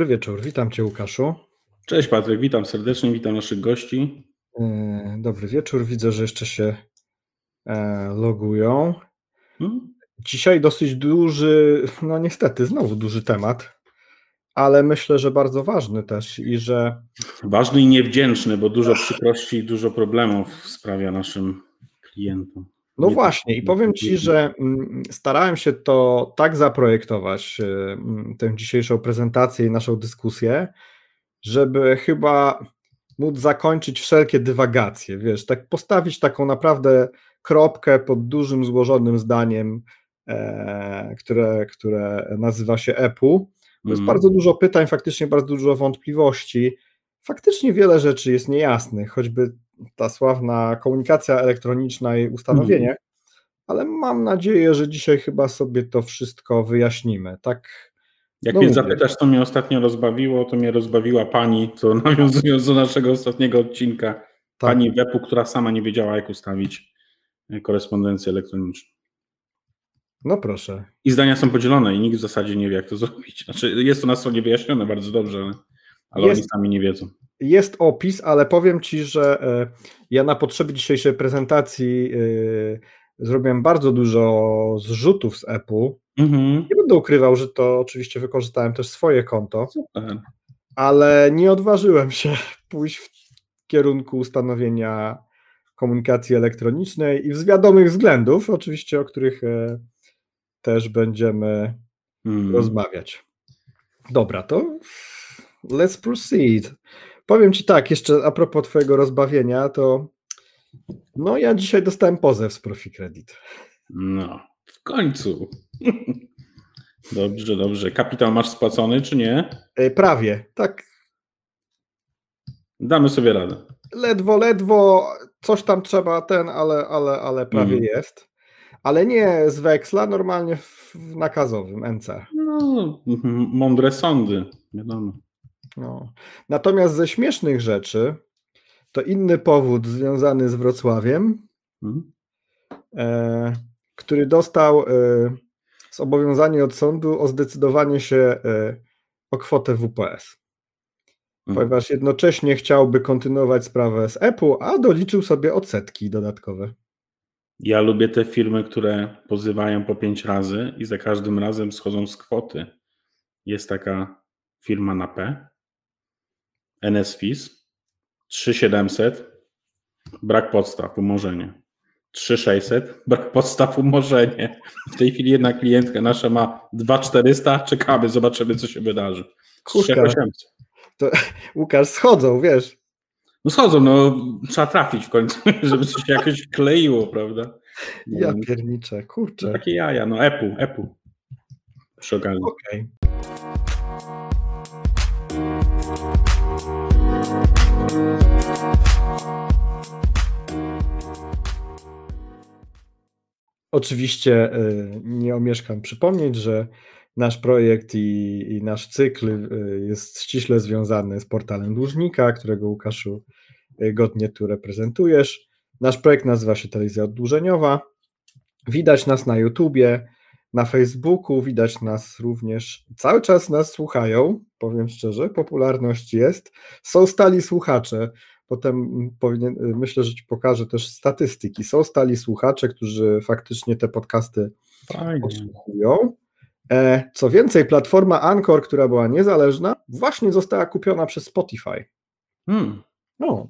Dobry wieczór, witam Cię, Łukaszu. Cześć Patryk, witam serdecznie, witam naszych gości. Dobry wieczór, widzę, że jeszcze się logują. Hmm? Dzisiaj dosyć duży, no niestety znowu duży temat, ale myślę, że bardzo ważny też i że... Ważny i niewdzięczny, bo dużo przykrości i dużo problemów sprawia naszym klientom. No właśnie i powiem Ci, że starałem się to tak zaprojektować, tę dzisiejszą prezentację i naszą dyskusję, żeby chyba móc zakończyć wszelkie dywagacje, wiesz, tak postawić taką naprawdę kropkę pod dużym, złożonym zdaniem, które nazywa się EPU. Jest bardzo dużo pytań, faktycznie bardzo dużo wątpliwości, faktycznie wiele rzeczy jest niejasnych, choćby ta sławna komunikacja elektroniczna i ustanowienie, ale mam nadzieję, że dzisiaj chyba sobie to wszystko wyjaśnimy. Tak. Jak No mnie mówię. zapytasz, co mnie ostatnio rozbawiło, to mnie rozbawiła pani, co nawiązując do naszego ostatniego odcinka, Tak. pani Wepu, która sama nie wiedziała, jak ustawić korespondencję elektroniczną. No proszę. I zdania są podzielone i nikt w zasadzie nie wie, jak to zrobić. Znaczy, jest to na stronie wyjaśnione bardzo dobrze, ale oni sami nie wiedzą. Jest opis, ale powiem Ci, że ja na potrzeby dzisiejszej prezentacji zrobiłem bardzo dużo zrzutów z EPU. Nie będę ukrywał, że to oczywiście wykorzystałem też swoje konto. Super. Ale nie odważyłem się pójść w kierunku ustanowienia komunikacji elektronicznej i z wiadomych względów, oczywiście, o których też będziemy rozmawiać. Dobra, to let's proceed. Powiem Ci tak, jeszcze a propos Twojego rozbawienia, to no ja dzisiaj dostałem pozew z Profi Credit. No, w końcu. Dobrze, dobrze. Kapitał masz spłacony, czy nie? Prawie, tak. Damy sobie radę. Ledwo, coś tam trzeba ale prawie jest. Ale nie z weksla, normalnie w nakazowym NC. No, mądre sądy, wiadomo. No. Natomiast ze śmiesznych rzeczy to inny powód związany z Wrocławiem, który dostał zobowiązanie od sądu o zdecydowanie się o kwotę WPS. Ponieważ jednocześnie chciałby kontynuować sprawę z EPU, a doliczył sobie odsetki dodatkowe. Ja lubię te firmy, które pozywają po 5 razy i za każdym razem schodzą z kwoty. Jest taka firma na P, NSFIS, 3700, brak podstaw, umorzenie. 3600, brak podstaw, umorzenie. W tej chwili jedna klientka nasza ma 2400, czekamy, zobaczymy, co się wydarzy. 3800. To Łukasz, schodzą, wiesz. No schodzą, no trzeba trafić w końcu, żeby coś się jakoś kleiło, prawda? Ja pierniczę, kurczę. No, takie jaja, no EPU. Przy okazji. Okej. Oczywiście nie omieszkam przypomnieć, że nasz projekt i nasz cykl jest ściśle związany z portalem dłużnika, którego, Łukaszu, godnie tu reprezentujesz. Nasz projekt nazywa się Telewizja Oddłużeniowa. Widać nas na YouTubie, na Facebooku, widać nas również, cały czas nas słuchają, powiem szczerze, popularność jest, są stali słuchacze. Potem myślę, że Ci pokażę też statystyki. Są stali słuchacze, którzy faktycznie te podcasty odsłuchują. Co więcej, platforma Anchor, która była niezależna, właśnie została kupiona przez Spotify. No.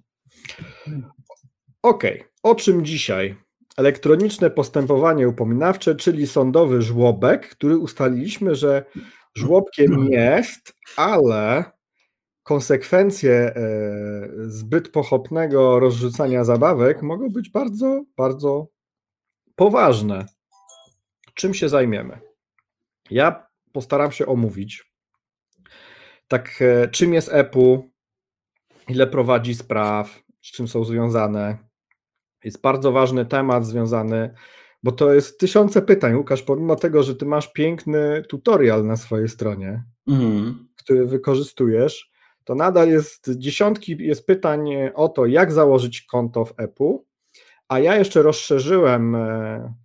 Okej. O czym dzisiaj? Elektroniczne postępowanie upominawcze, czyli sądowy żłobek, który ustaliliśmy, że żłobkiem jest, ale konsekwencje zbyt pochopnego rozrzucania zabawek mogą być bardzo, bardzo poważne. Czym się zajmiemy? Ja postaram się omówić, tak, czym jest EPU, ile prowadzi spraw, z czym są związane. Jest bardzo ważny temat związany, bo to jest tysiące pytań, Łukasz, pomimo tego, że ty masz piękny tutorial na swojej stronie, który wykorzystujesz, to nadal jest dziesiątki pytań o to, jak założyć konto w EPU, a ja jeszcze rozszerzyłem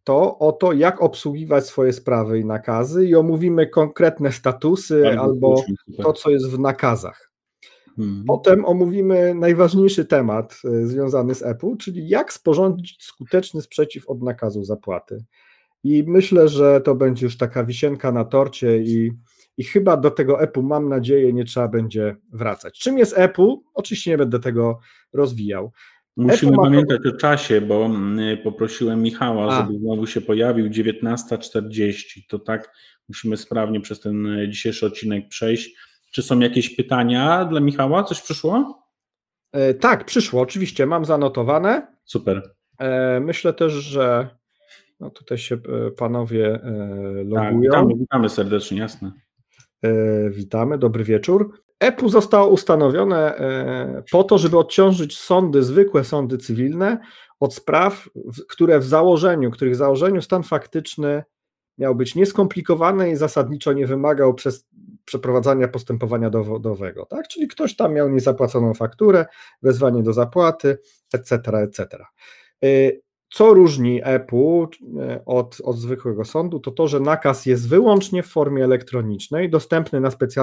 to o to, jak obsługiwać swoje sprawy i nakazy i omówimy konkretne statusy Bardzo albo słusznie, super. to, co jest w nakazach. Mhm. Potem omówimy najważniejszy temat związany z EPU, czyli jak sporządzić skuteczny sprzeciw od nakazu zapłaty. I myślę, że to będzie już taka wisienka na torcie i chyba do tego EPU, mam nadzieję, nie trzeba będzie wracać. Czym jest EPU? Oczywiście nie będę tego rozwijał. Musimy EPU ma pamiętać o czasie, bo poprosiłem Michała, A. żeby znowu się pojawił 19:40. To tak musimy sprawnie przez ten dzisiejszy odcinek przejść. Czy są jakieś pytania dla Michała? Coś przyszło? Tak, przyszło, oczywiście, mam zanotowane. Super. Myślę też, że no tutaj się panowie Tak, logują. witamy serdecznie, jasne. Witamy, dobry wieczór. EPU zostało ustanowione po to, żeby odciążyć sądy, zwykłe sądy cywilne od spraw, których w założeniu stan faktyczny miał być nieskomplikowany i zasadniczo nie wymagał przeprowadzania postępowania dowodowego, tak? Czyli ktoś tam miał niezapłaconą fakturę, wezwanie do zapłaty, etc., etc. Co różni EPU od zwykłego sądu, to to, że nakaz jest wyłącznie w formie elektronicznej, dostępny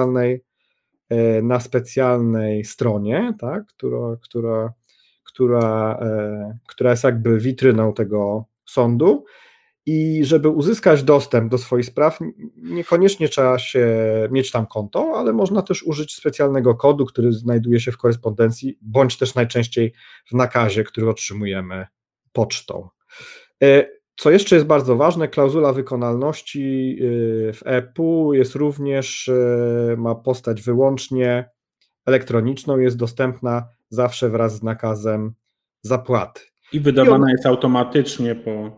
na specjalnej stronie, tak, która jest jakby witryną tego sądu. I żeby uzyskać dostęp do swoich spraw, niekoniecznie trzeba mieć tam konto, ale można też użyć specjalnego kodu, który znajduje się w korespondencji, bądź też najczęściej w nakazie, który otrzymujemy pocztą. Co jeszcze jest bardzo ważne, klauzula wykonalności w EPU jest również, ma postać wyłącznie elektroniczną, jest dostępna zawsze wraz z nakazem zapłaty. I wydawana jest automatycznie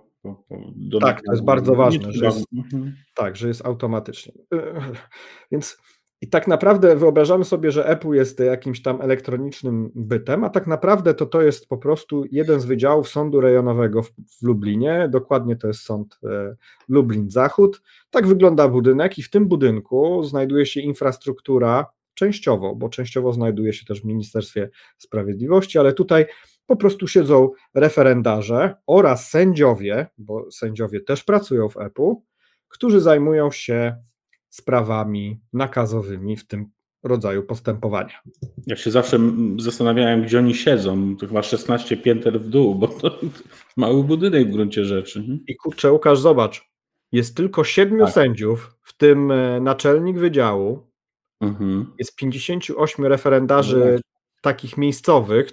do tak, nakazu. to jest bardzo ważne, że jest, Mhm. tak, że jest automatycznie. Więc i tak naprawdę wyobrażamy sobie, że EPU jest jakimś tam elektronicznym bytem, a tak naprawdę to jest po prostu jeden z wydziałów sądu rejonowego w Lublinie, dokładnie to jest sąd Lublin Zachód. Tak wygląda budynek i w tym budynku znajduje się infrastruktura częściowo, bo częściowo znajduje się też w Ministerstwie Sprawiedliwości, ale tutaj po prostu siedzą referendarze oraz sędziowie, bo sędziowie też pracują w EPU, którzy zajmują się sprawami nakazowymi w tym rodzaju postępowania. Ja się zawsze zastanawiałem, gdzie oni siedzą. To chyba 16 pięter w dół, bo to mały budynek w gruncie rzeczy. I kurczę, Łukasz, zobacz, jest tylko 7 sędziów, w tym naczelnik wydziału, jest 58 referendarzy takich miejscowych,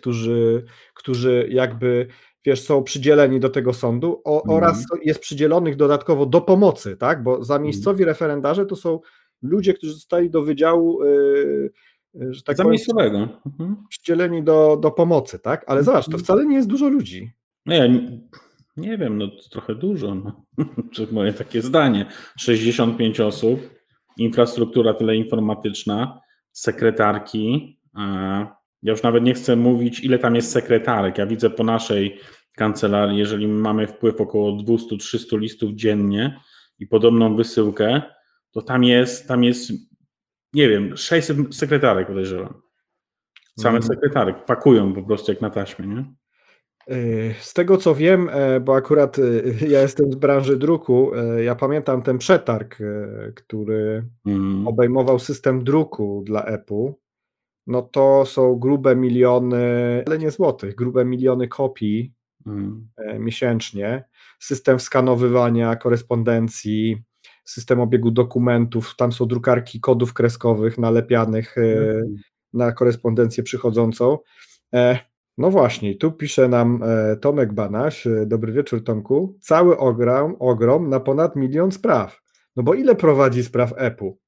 którzy jakby, wiesz, są przydzieleni do tego sądu oraz jest przydzielonych dodatkowo do pomocy, tak, bo zamiejscowi referendarze to są ludzie, którzy zostali do wydziału, że tak powiem, przydzieleni do pomocy, tak, ale zobacz, to wcale nie jest dużo ludzi. No ja nie wiem, no to trochę dużo, no. To moje takie zdanie. 65 osób, infrastruktura teleinformatyczna, sekretarki. Ja już nawet nie chcę mówić, ile tam jest sekretarek. Ja widzę po naszej kancelarii, jeżeli mamy wpływ około 200-300 listów dziennie i podobną wysyłkę, to tam jest, nie wiem, 600 sekretarek podejrzewam. Same sekretarek pakują po prostu jak na taśmie, nie? Z tego co wiem, bo akurat ja jestem z branży druku, ja pamiętam ten przetarg, który obejmował system druku dla EPU, no to są grube miliony, ale nie złotych, grube miliony kopii miesięcznie, system skanowywania korespondencji, system obiegu dokumentów, tam są drukarki kodów kreskowych nalepianych na korespondencję przychodzącą. No właśnie, tu pisze nam Tomek Banaś, dobry wieczór Tomku, cały ogrom na ponad 1 000 000 spraw, no bo ile prowadzi spraw EPU?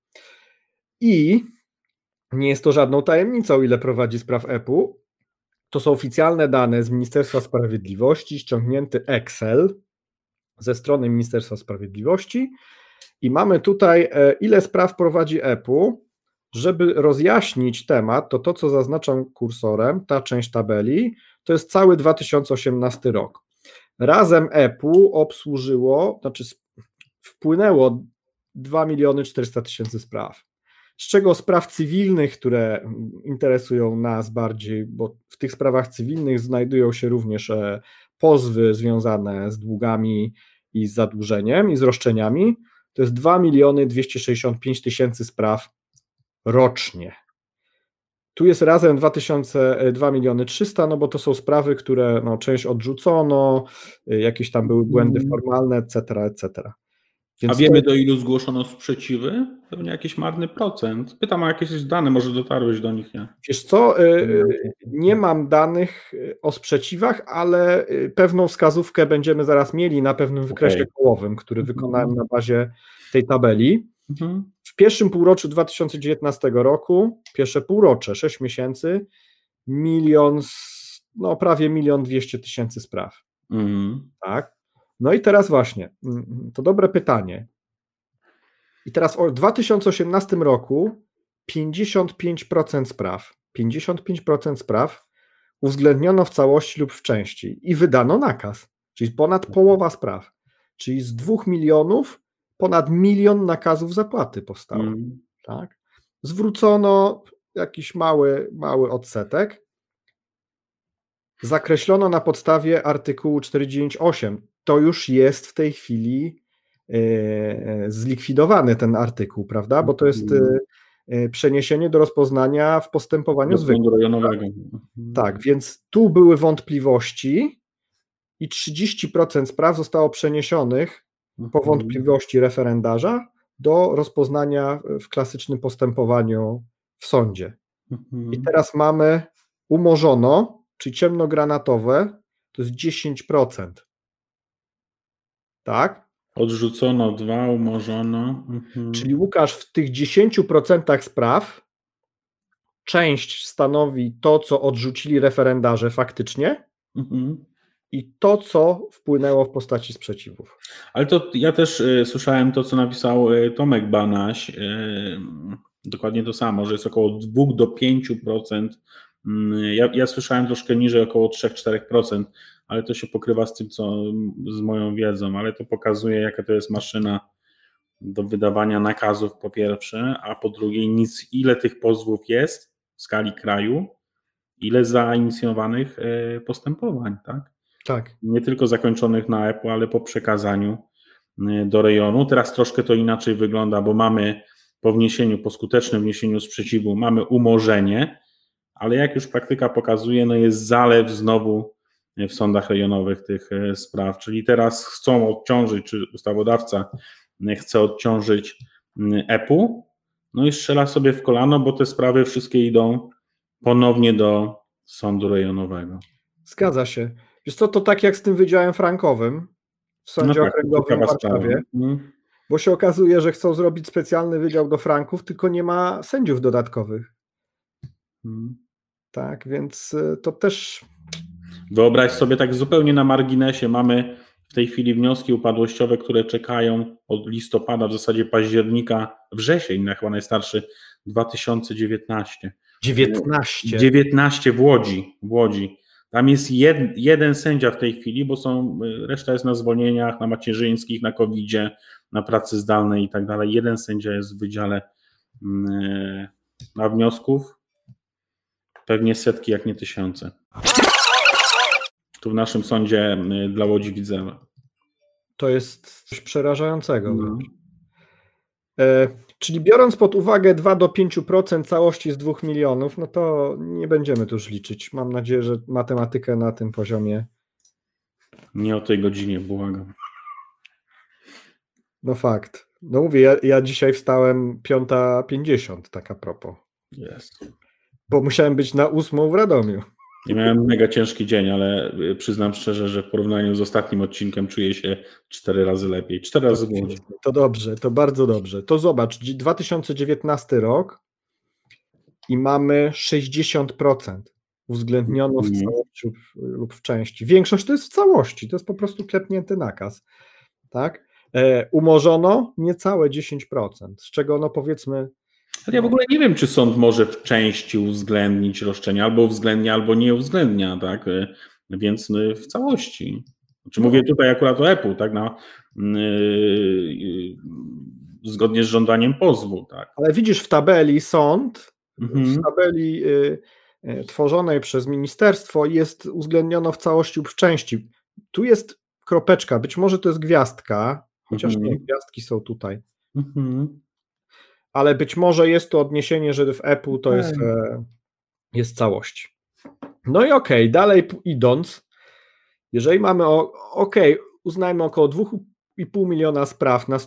I nie jest to żadną tajemnicą, ile prowadzi spraw EPU, to są oficjalne dane z Ministerstwa Sprawiedliwości, ściągnięty Excel ze strony Ministerstwa Sprawiedliwości i mamy tutaj ile spraw prowadzi EPU. Żeby rozjaśnić temat, to co zaznaczam kursorem, ta część tabeli, to jest cały 2018 rok. Razem EPU obsłużyło, znaczy wpłynęło 2 400 000 spraw, z czego spraw cywilnych, które interesują nas bardziej, bo w tych sprawach cywilnych znajdują się również pozwy związane z długami i z zadłużeniem, i z roszczeniami, to jest 2 265 000 spraw rocznie. Tu jest razem 2 300 000, no bo to są sprawy, które część odrzucono, jakieś tam były błędy formalne, etc., etc. Więc a wiemy, do ilu zgłoszono sprzeciwy? Pewnie jakiś marny procent. Pytam o jakieś dane, może dotarłeś do nich, nie? Wiesz co, nie mam danych o sprzeciwach, ale pewną wskazówkę będziemy zaraz mieli na pewnym wykresie kołowym, który wykonałem na bazie tej tabeli. W pierwszym półroczu 2019 roku, pierwsze półrocze, 6 miesięcy, prawie 1 200 000 spraw. Tak? No i teraz właśnie, to dobre pytanie. I teraz w 2018 roku 55% spraw uwzględniono w całości lub w części i wydano nakaz, czyli ponad połowa spraw, czyli z 2 milionów ponad 1 milion nakazów zapłaty powstało. Tak? Zwrócono jakiś mały odsetek, zakreślono na podstawie artykułu 498. To już jest w tej chwili zlikwidowany ten artykuł, prawda? Bo to jest przeniesienie do rozpoznania w postępowaniu zwykłym. Rejonowego. Tak, więc tu były wątpliwości i 30% spraw zostało przeniesionych po wątpliwości referendarza do rozpoznania w klasycznym postępowaniu w sądzie. I teraz mamy umorzono, czyli ciemnogranatowe, to jest 10%. Tak? Odrzucono 2, umorzono. Czyli Łukasz, w tych 10% spraw część stanowi to, co odrzucili referendarze faktycznie i to, co wpłynęło w postaci sprzeciwów. Ale to ja też słyszałem to, co napisał Tomek Banaś, dokładnie to samo, że jest około 2 do 5%. Ja słyszałem troszkę niżej, około 3-4%, ale to się pokrywa z tym, z moją wiedzą, ale to pokazuje, jaka to jest maszyna do wydawania nakazów po pierwsze, a po drugie ile tych pozwów jest w skali kraju, ile zainicjowanych postępowań, tak? Tak. Nie tylko zakończonych na EPU, ale po przekazaniu do rejonu. Teraz troszkę to inaczej wygląda, bo mamy po skutecznym wniesieniu sprzeciwu mamy umorzenie, ale jak już praktyka pokazuje, jest zalew znowu w sądach rejonowych tych spraw, czyli teraz chcą odciążyć, czy ustawodawca chce odciążyć EPU, i strzela sobie w kolano, bo te sprawy wszystkie idą ponownie do sądu rejonowego. Zgadza się. Wiesz co, to tak jak z tym wydziałem frankowym w sądzie okręgowym w Warszawie, bo się okazuje, że chcą zrobić specjalny wydział do franków, tylko nie ma sędziów dodatkowych. Tak, więc to też... Wyobraź sobie tak zupełnie na marginesie, mamy w tej chwili wnioski upadłościowe, które czekają od listopada, w zasadzie października, wrzesień, chyba najstarszy, 2019. 19 w Łodzi. Tam jest jeden sędzia w tej chwili, bo reszta jest na zwolnieniach, na macierzyńskich, na COVID-zie, na pracy zdalnej i tak dalej. Jeden sędzia jest w wydziale, a wniosków pewnie setki, jak nie tysiące. Tu w naszym sądzie dla Łodzi widzę. To jest coś przerażającego. Czyli biorąc pod uwagę 2 do 5% całości z 2 milionów, to nie będziemy tu już liczyć. Mam nadzieję, że matematykę na tym poziomie. Nie o tej godzinie, błagam. No fakt. No mówię, ja dzisiaj wstałem 5:50, tak a propos. Jest. Bo musiałem być na 8 w Radomiu. Ja miałem mega ciężki dzień, ale przyznam szczerze, że w porównaniu z ostatnim odcinkiem czuję się 4 razy lepiej. 4 razy dłużej. To dobrze, to bardzo dobrze. To zobacz, 2019 rok i mamy 60% uwzględniono w całości lub w części. Większość to jest w całości, to jest po prostu klepnięty nakaz. Tak? Umorzono niecałe 10%, z czego powiedzmy... Ale ja w ogóle nie wiem, czy sąd może w części uwzględnić roszczenia, albo uwzględnia, albo nie uwzględnia, tak? Więc w całości. Znaczy mówię tutaj akurat o EPU, tak? Zgodnie z żądaniem pozwu, tak? Ale widzisz, w tabeli sąd, w tabeli tworzonej przez ministerstwo jest uwzględniono w całości lub w części. Tu jest kropeczka, być może to jest gwiazdka, chociaż nie, gwiazdki są tutaj. Ale być może jest to odniesienie, że w Apple to jest całość. No i okej, dalej idąc, jeżeli mamy, uznajmy około 2,5 miliona spraw na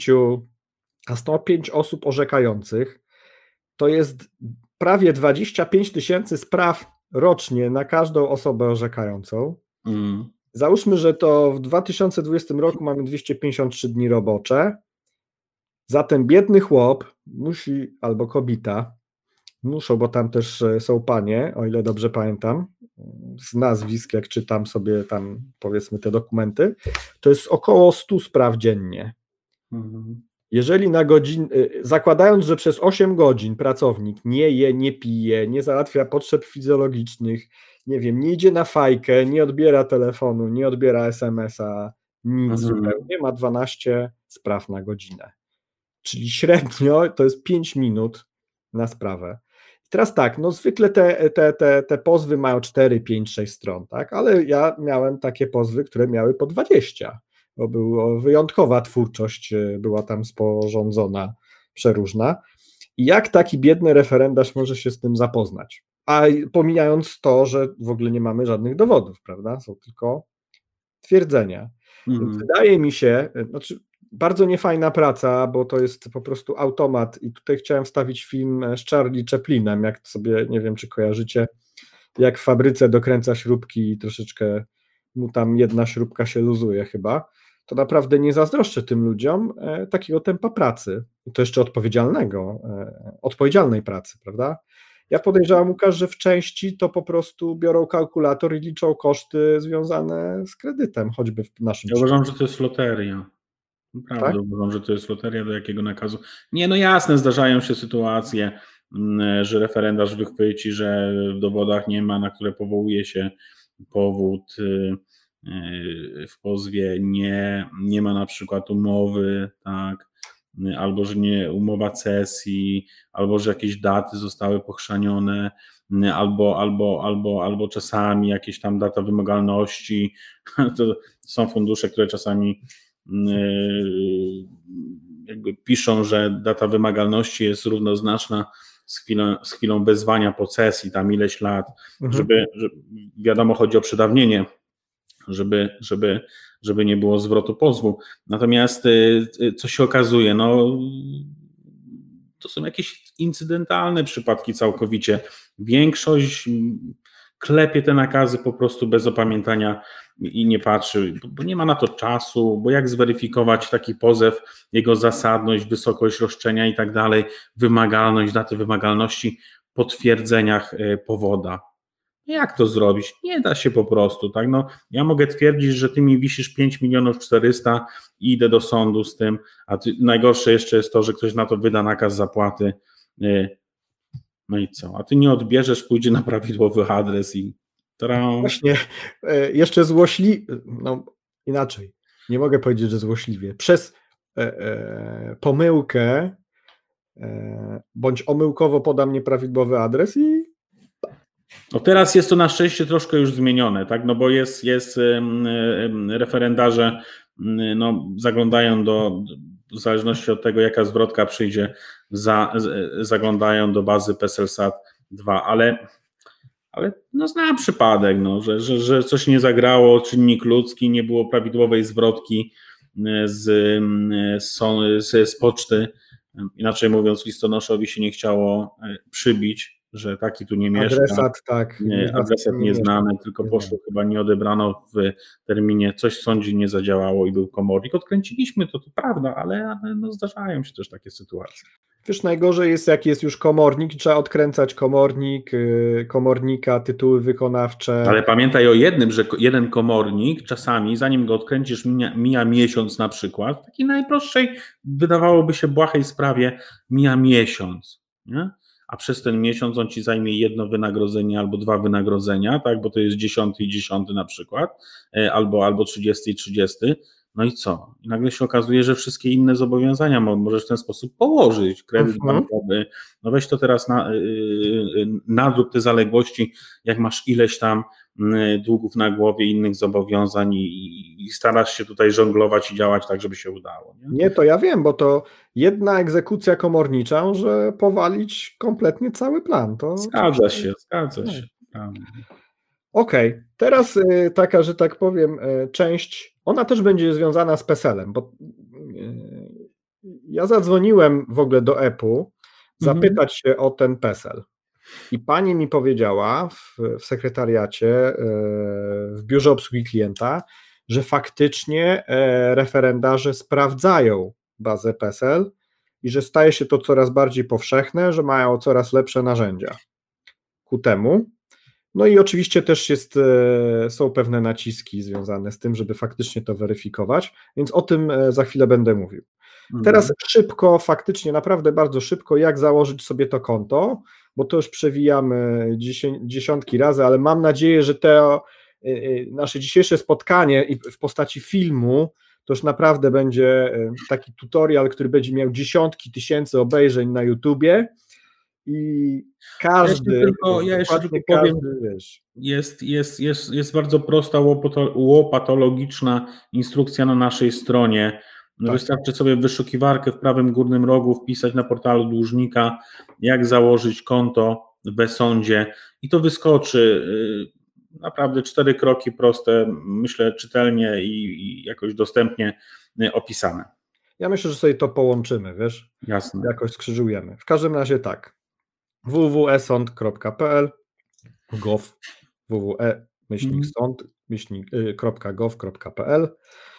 105 osób orzekających, to jest prawie 25 000 spraw rocznie na każdą osobę orzekającą. Załóżmy, że to w 2020 roku mamy 253 dni robocze, zatem biedny chłop musi, albo kobieta, muszą, bo tam też są panie, o ile dobrze pamiętam, z nazwisk, jak czytam sobie tam, powiedzmy, te dokumenty, to jest około 100 spraw dziennie. Jeżeli na godzinę, zakładając, że przez 8 godzin pracownik nie je, nie pije, nie załatwia potrzeb fizjologicznych, nie wiem, nie idzie na fajkę, nie odbiera telefonu, nie odbiera SMS-a, nic zupełnie, ma 12 spraw na godzinę. Czyli średnio to jest 5 minut na sprawę. Teraz tak, no zwykle te pozwy mają 4, 5, 6 stron, tak? Ale ja miałem takie pozwy, które miały po 20, bo była wyjątkowa twórczość, była tam sporządzona, przeróżna. I jak taki biedny referendarz może się z tym zapoznać? A pomijając to, że w ogóle nie mamy żadnych dowodów, prawda? Są tylko twierdzenia. Więc wydaje mi się, znaczy bardzo niefajna praca, bo to jest po prostu automat i tutaj chciałem wstawić film z Charlie Chaplinem, jak sobie, nie wiem czy kojarzycie, jak w fabryce dokręca śrubki i troszeczkę mu tam jedna śrubka się luzuje chyba, to naprawdę nie zazdroszczę tym ludziom takiego tempa pracy i to jeszcze odpowiedzialnej pracy, prawda? Ja podejrzewam, Łukasz, że w części to po prostu biorą kalkulator i liczą koszty związane z kredytem, choćby w naszym Ja uważam, że to jest loteria. Naprawdę tak? Uważam, że to jest loteria, do jakiego nakazu. Nie, no jasne, zdarzają się sytuacje, że referendarz wychwyci, że w dowodach nie ma, na które powołuje się powód w pozwie, nie ma na przykład umowy, tak, albo że nie umowa cesji, albo że jakieś daty zostały pochrzanione, albo czasami jakieś tam data wymagalności. To są fundusze, które czasami jakby piszą, że data wymagalności jest równoznaczna z chwilą wezwania po cesji, tam ileś lat, żeby wiadomo, chodzi o przedawnienie, żeby nie było zwrotu pozwu. Natomiast co się okazuje, no to są jakieś incydentalne przypadki całkowicie. Większość klepie te nakazy po prostu bez opamiętania i nie patrzy, bo nie ma na to czasu, bo jak zweryfikować taki pozew, jego zasadność, wysokość roszczenia i tak dalej, wymagalność, daty wymagalności, potwierdzeniach powoda. Jak to zrobić? Nie da się po prostu, tak? No, ja mogę twierdzić, że ty mi wisisz 5 400 i idę do sądu z tym, a najgorsze jeszcze jest to, że ktoś na to wyda nakaz zapłaty. No i co? A ty nie odbierzesz, pójdzie na prawidłowy adres i Właśnie, jeszcze no inaczej, nie mogę powiedzieć, że złośliwie, przez pomyłkę bądź omyłkowo podam nieprawidłowy adres i... No teraz jest to na szczęście troszkę już zmienione, tak? No bo jest referendarze zaglądają w zależności od tego, jaka zwrotka przyjdzie, zaglądają do bazy PESEL-SAT 2, ale no znam przypadek, no, że coś nie zagrało, czynnik ludzki, nie było prawidłowej zwrotki z poczty, inaczej mówiąc, listonoszowi się nie chciało przybić, że taki tu nie mieszka. Adresat, tak. Adresat nieznany, tylko poszło, chyba nie odebrano w terminie, coś w sądzie nie zadziałało i był komornik. Odkręciliśmy to prawda, ale no zdarzają się też takie sytuacje. Wiesz, najgorzej jest, jak jest już komornik, trzeba odkręcać komornika, tytuły wykonawcze. Ale pamiętaj o jednym, że jeden komornik czasami, zanim go odkręcisz, mija miesiąc na przykład. W takiej najprostszej, wydawałoby się błahej sprawie, mija miesiąc, nie? A przez ten miesiąc on ci zajmie jedno wynagrodzenie albo 2 wynagrodzenia, tak, bo to jest 10 i 10 na przykład, albo 30 i 30. No i co? I nagle się okazuje, że wszystkie inne zobowiązania możesz w ten sposób położyć. Kredyt bankowy, no weź to teraz nadrób te zaległości, jak masz ileś tam długów na głowie, innych zobowiązań i starasz się tutaj żonglować i działać tak, żeby się udało. Nie, to ja wiem, bo to jedna egzekucja komornicza może powalić kompletnie cały plan. To zgadza się. Okej, teraz taka, że tak powiem, część, ona też będzie związana z PESEL-em, bo ja zadzwoniłem w ogóle do EPU zapytać się o ten PESEL i pani mi powiedziała w sekretariacie, w biurze obsługi klienta, że faktycznie referendarze sprawdzają bazę PESEL i że staje się to coraz bardziej powszechne, że mają coraz lepsze narzędzia ku temu. No i oczywiście też są pewne naciski związane z tym, żeby faktycznie to weryfikować, więc o tym za chwilę będę mówił. Teraz szybko, faktycznie naprawdę bardzo szybko, jak założyć sobie to konto, bo to już przewijamy dziesiątki razy, ale mam nadzieję, że to nasze dzisiejsze spotkanie w postaci filmu to już naprawdę będzie taki tutorial, który będzie miał dziesiątki tysięcy obejrzeń na YouTubie i każdy, ja jeszcze tylko powiem, jest bardzo prosta, łopatologiczna instrukcja na naszej stronie. Tak. Wystarczy sobie w wyszukiwarkę w prawym górnym rogu wpisać na portalu dłużnika, jak założyć konto w e-sądzie i to wyskoczy. Naprawdę 4 kroki proste, myślę czytelnie i jakoś dostępnie opisane. Ja myślę, że sobie to połączymy, wiesz? Jasne. Jakoś skrzyżujemy. W każdym razie tak. www.esond.pl www.sond.gov.pl.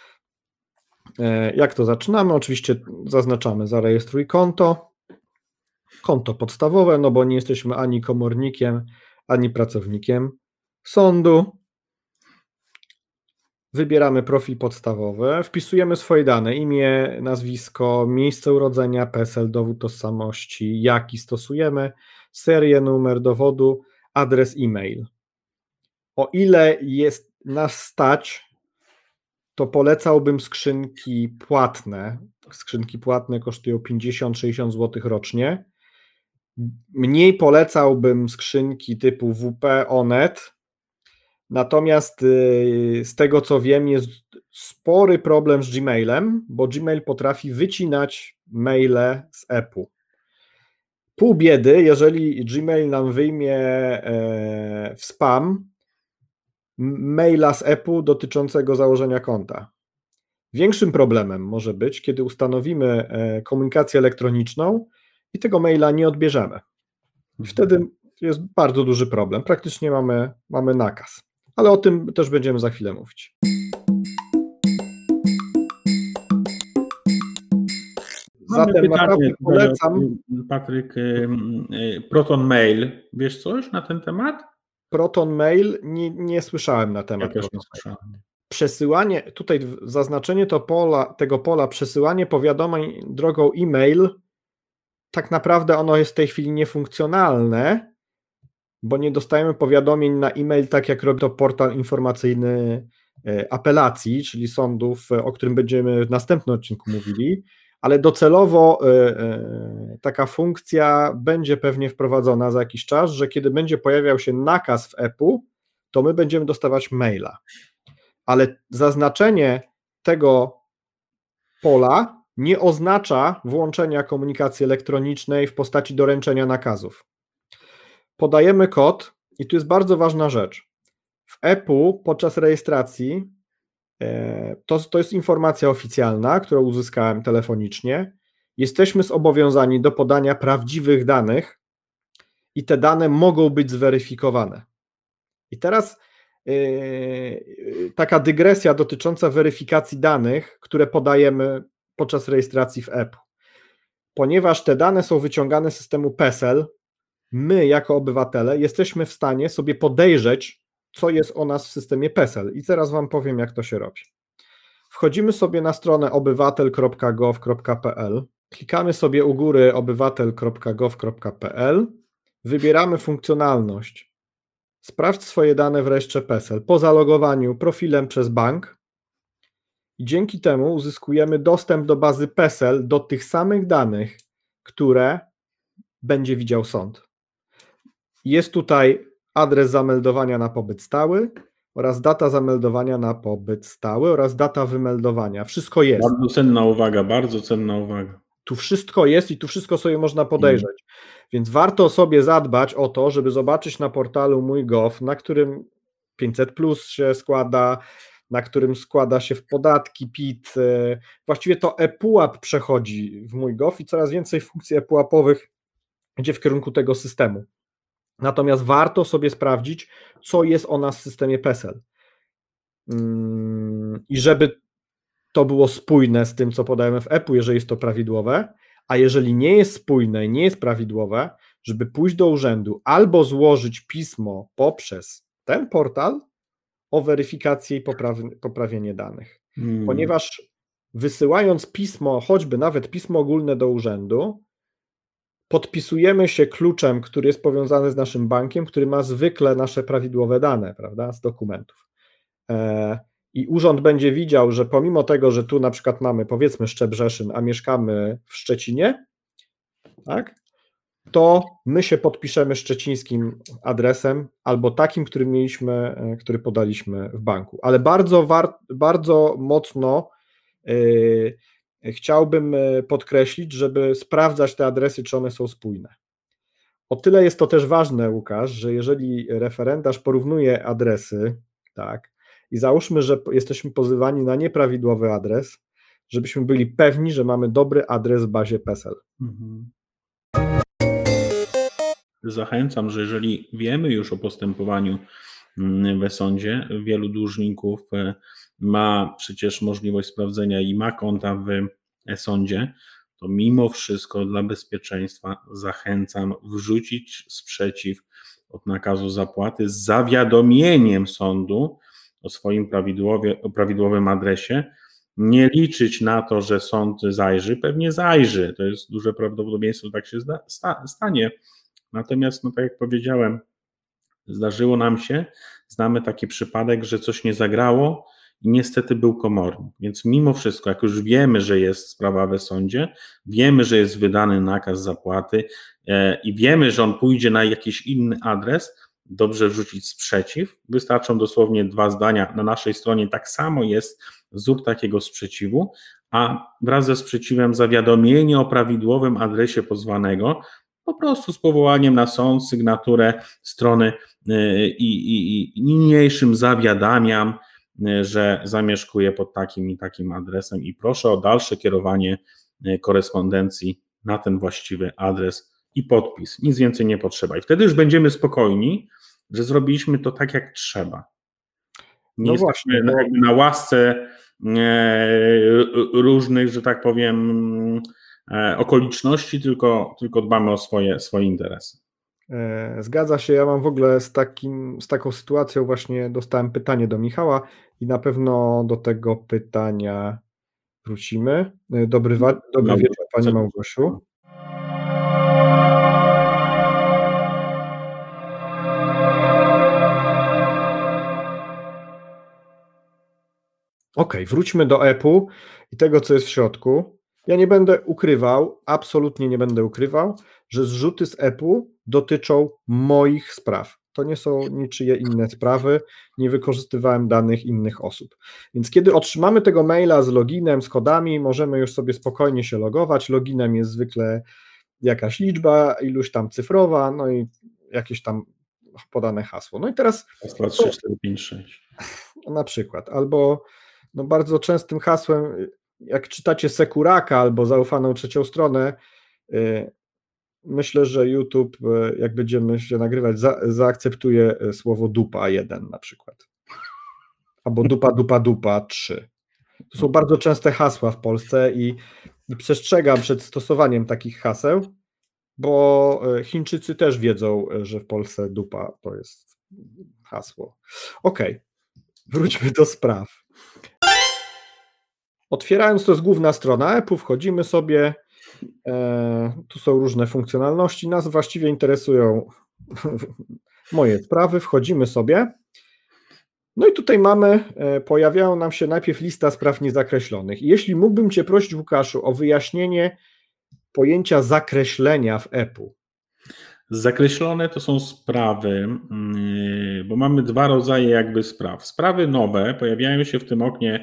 Jak to zaczynamy? Oczywiście zaznaczamy zarejestruj konto. Konto podstawowe, no bo nie jesteśmy ani komornikiem, ani pracownikiem sądu. Wybieramy profil podstawowy, wpisujemy swoje dane, imię, nazwisko, miejsce urodzenia, PESEL, dowód tożsamości, jaki stosujemy, serię, numer dowodu, adres e-mail. O ile jest nas stać, to polecałbym skrzynki płatne. Skrzynki płatne kosztują 50-60 zł rocznie. Mniej polecałbym skrzynki typu WP, Onet. Natomiast z tego co wiem, jest spory problem z Gmailem, bo Gmail potrafi wycinać maile z EPU. Pół biedy, jeżeli Gmail nam wyjmie w spam maila z EPU dotyczącego założenia konta. Większym problemem może być, kiedy ustanowimy komunikację elektroniczną i tego maila nie odbierzemy. Wtedy jest bardzo duży problem. Praktycznie mamy nakaz. Ale o tym też będziemy za chwilę mówić. Zatem naprawdę polecam. Patryk, Proton Mail, wiesz coś na ten temat? Proton Mail, nie słyszałem na temat. Ja też nie słyszałem. Przesyłanie, tutaj zaznaczenie tego pola przesyłanie powiadomień drogą e-mail, tak naprawdę ono jest w tej chwili niefunkcjonalne, bo nie dostajemy powiadomień na e-mail, tak jak robi to portal informacyjny apelacji, czyli sądów, o którym będziemy w następnym odcinku mówili, ale docelowo taka funkcja będzie pewnie wprowadzona za jakiś czas, że kiedy będzie pojawiał się nakaz w EPU, to my będziemy dostawać maila. Ale zaznaczenie tego pola nie oznacza włączenia komunikacji elektronicznej w postaci doręczenia nakazów. Podajemy kod i tu jest bardzo ważna rzecz. W EPU podczas rejestracji, to jest informacja oficjalna, którą uzyskałem telefonicznie, jesteśmy zobowiązani do podania prawdziwych danych i te dane mogą być zweryfikowane. I teraz taka dygresja dotycząca weryfikacji danych, które podajemy podczas rejestracji w EPU. Ponieważ te dane są wyciągane z systemu PESEL, my jako obywatele jesteśmy w stanie sobie podejrzeć, co jest o nas w systemie PESEL i zaraz Wam powiem, jak to się robi. Wchodzimy sobie na stronę obywatel.gov.pl, klikamy sobie u góry obywatel.gov.pl, wybieramy funkcjonalność sprawdź swoje dane w rejestrze PESEL po zalogowaniu profilem przez bank i dzięki temu uzyskujemy dostęp do bazy PESEL do tych samych danych, które będzie widział sąd. Jest tutaj adres zameldowania na pobyt stały oraz data zameldowania na pobyt stały oraz data wymeldowania. Wszystko jest. Bardzo cenna uwaga, bardzo cenna uwaga. Tu wszystko jest i tu wszystko sobie można podejrzeć. Więc warto sobie zadbać o to, żeby zobaczyć na portalu mój.gov, na którym 500 plus się składa, na którym składa się w podatki, PIT. Właściwie to ePUAP przechodzi w mój.gov i coraz więcej funkcji ePUAP-owych idzie w kierunku tego systemu. Natomiast warto sobie sprawdzić, co jest o nas w systemie PESEL. I żeby to było spójne z tym, co podajemy w EPU, jeżeli jest to prawidłowe, a jeżeli nie jest spójne i nie jest prawidłowe, żeby pójść do urzędu albo złożyć pismo poprzez ten portal o weryfikację i poprawienie danych. Ponieważ wysyłając pismo, choćby nawet pismo ogólne do urzędu, podpisujemy się kluczem, który jest powiązany z naszym bankiem, który ma zwykle nasze prawidłowe dane, prawda, z dokumentów. I urząd będzie widział, że pomimo tego, że tu na przykład mamy powiedzmy Szczebrzeszyn, a mieszkamy w Szczecinie, tak, to my się podpiszemy szczecińskim adresem albo takim, który podaliśmy w banku. Ale bardzo mocno chciałbym podkreślić, żeby sprawdzać te adresy, czy one są spójne. O tyle jest to też ważne, Łukasz, że jeżeli referendarz porównuje adresy, tak, i załóżmy, że jesteśmy pozywani na nieprawidłowy adres, żebyśmy byli pewni, że mamy dobry adres w bazie PESEL. Zachęcam, że jeżeli wiemy już o postępowaniu w sądzie, wielu dłużników ma przecież możliwość sprawdzenia i ma konta w sądzie, to mimo wszystko dla bezpieczeństwa zachęcam wrzucić sprzeciw od nakazu zapłaty z zawiadomieniem sądu o swoim prawidłowym adresie. Nie liczyć na to, że sąd zajrzy, pewnie zajrzy, to jest duże prawdopodobieństwo, że tak się stanie. Natomiast, no tak jak powiedziałem, zdarzyło nam się, znamy taki przypadek, że coś nie zagrało i niestety był komornik. Więc mimo wszystko, jak już wiemy, że jest sprawa w sądzie, wiemy, że jest wydany nakaz zapłaty i wiemy, że on pójdzie na jakiś inny adres, dobrze wrzucić sprzeciw. Wystarczą dosłownie 2 zdania. Na naszej stronie tak samo jest wzór takiego sprzeciwu, a wraz ze sprzeciwem zawiadomienie o prawidłowym adresie pozwanego, po prostu z powołaniem na sąd, sygnaturę strony i niniejszym zawiadamiam, że zamieszkuję pod takim i takim adresem i proszę o dalsze kierowanie korespondencji na ten właściwy adres i podpis. Nic więcej nie potrzeba. I wtedy już będziemy spokojni, że zrobiliśmy to tak, jak trzeba. Nie jesteśmy jakby na łasce różnych, że tak powiem, okoliczności, tylko dbamy o swoje interesy. Zgadza się, ja mam w ogóle z taką sytuacją właśnie dostałem pytanie do Michała i na pewno do tego pytania wrócimy. Dobry wieczór, Pani Małgosiu. Ok, wróćmy do EPU i tego, co jest w środku. Ja nie będę ukrywał, absolutnie nie będę ukrywał, że zrzuty z EPU dotyczą moich spraw. To nie są niczyje inne sprawy, nie wykorzystywałem danych innych osób. Więc kiedy otrzymamy tego maila z loginem, z kodami, możemy już sobie spokojnie się logować. Loginem jest zwykle jakaś liczba, iluś tam cyfrowa, no i jakieś tam podane hasło. No i teraz... 2, 3, 4, 5, 6. Na przykład, albo no bardzo częstym hasłem, jak czytacie Sekuraka albo zaufaną trzecią stronę, myślę, że YouTube, jak będziemy się nagrywać, zaakceptuje słowo dupa 1 na przykład. Albo dupa 3. To są bardzo częste hasła w Polsce i przestrzegam przed stosowaniem takich haseł, bo Chińczycy też wiedzą, że w Polsce dupa to jest hasło. Okej, wróćmy do spraw. Otwierając, to jest główna strona EPU, wchodzimy sobie, tu są różne funkcjonalności, nas właściwie interesują moje sprawy, wchodzimy sobie, No i tutaj pojawiają nam się najpierw lista spraw niezakreślonych. I jeśli mógłbym Cię prosić, Łukaszu, o wyjaśnienie pojęcia zakreślenia w EPU. Zakreślone to są sprawy, bo mamy dwa rodzaje jakby spraw. Sprawy nowe pojawiają się w tym oknie,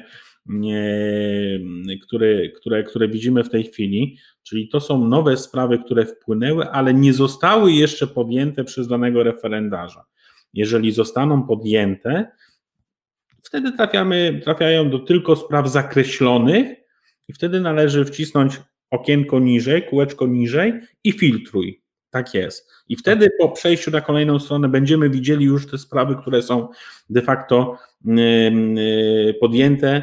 które widzimy w tej chwili, czyli to są nowe sprawy, które wpłynęły, ale nie zostały jeszcze podjęte przez danego referendarza. Jeżeli zostaną podjęte, wtedy trafiają do tylko spraw zakreślonych i wtedy należy wcisnąć okienko niżej, kółeczko niżej i filtruj. Tak jest. I wtedy po przejściu na kolejną stronę będziemy widzieli już te sprawy, które są de facto podjęte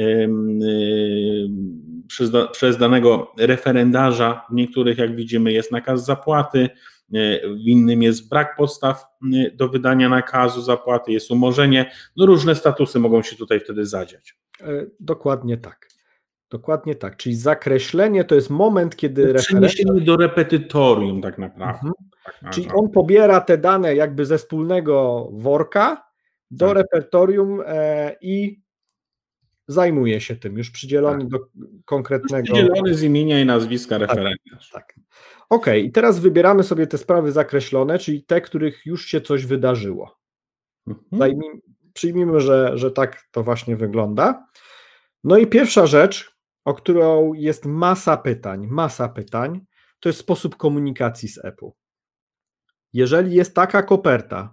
przez danego referendarza. W niektórych, jak widzimy, jest nakaz zapłaty, w innym jest brak podstaw do wydania nakazu zapłaty, jest umorzenie. No różne statusy mogą się tutaj wtedy zadziać. Dokładnie tak. Dokładnie tak. Czyli zakreślenie to jest moment, kiedy przeniesienie do repetytorium tak naprawdę. Tak, czyli on pobiera te dane jakby ze wspólnego worka do repertorium i zajmuje się tym, już przydzielony do konkretnego... Już przydzielony z imienia i nazwiska referendarz. Tak. Okej, i teraz wybieramy sobie te sprawy zakreślone, czyli te, których już się coś wydarzyło. Przyjmijmy, że tak to właśnie wygląda. No i pierwsza rzecz, o którą jest masa pytań, to jest sposób komunikacji z EPU. Jeżeli jest taka koperta,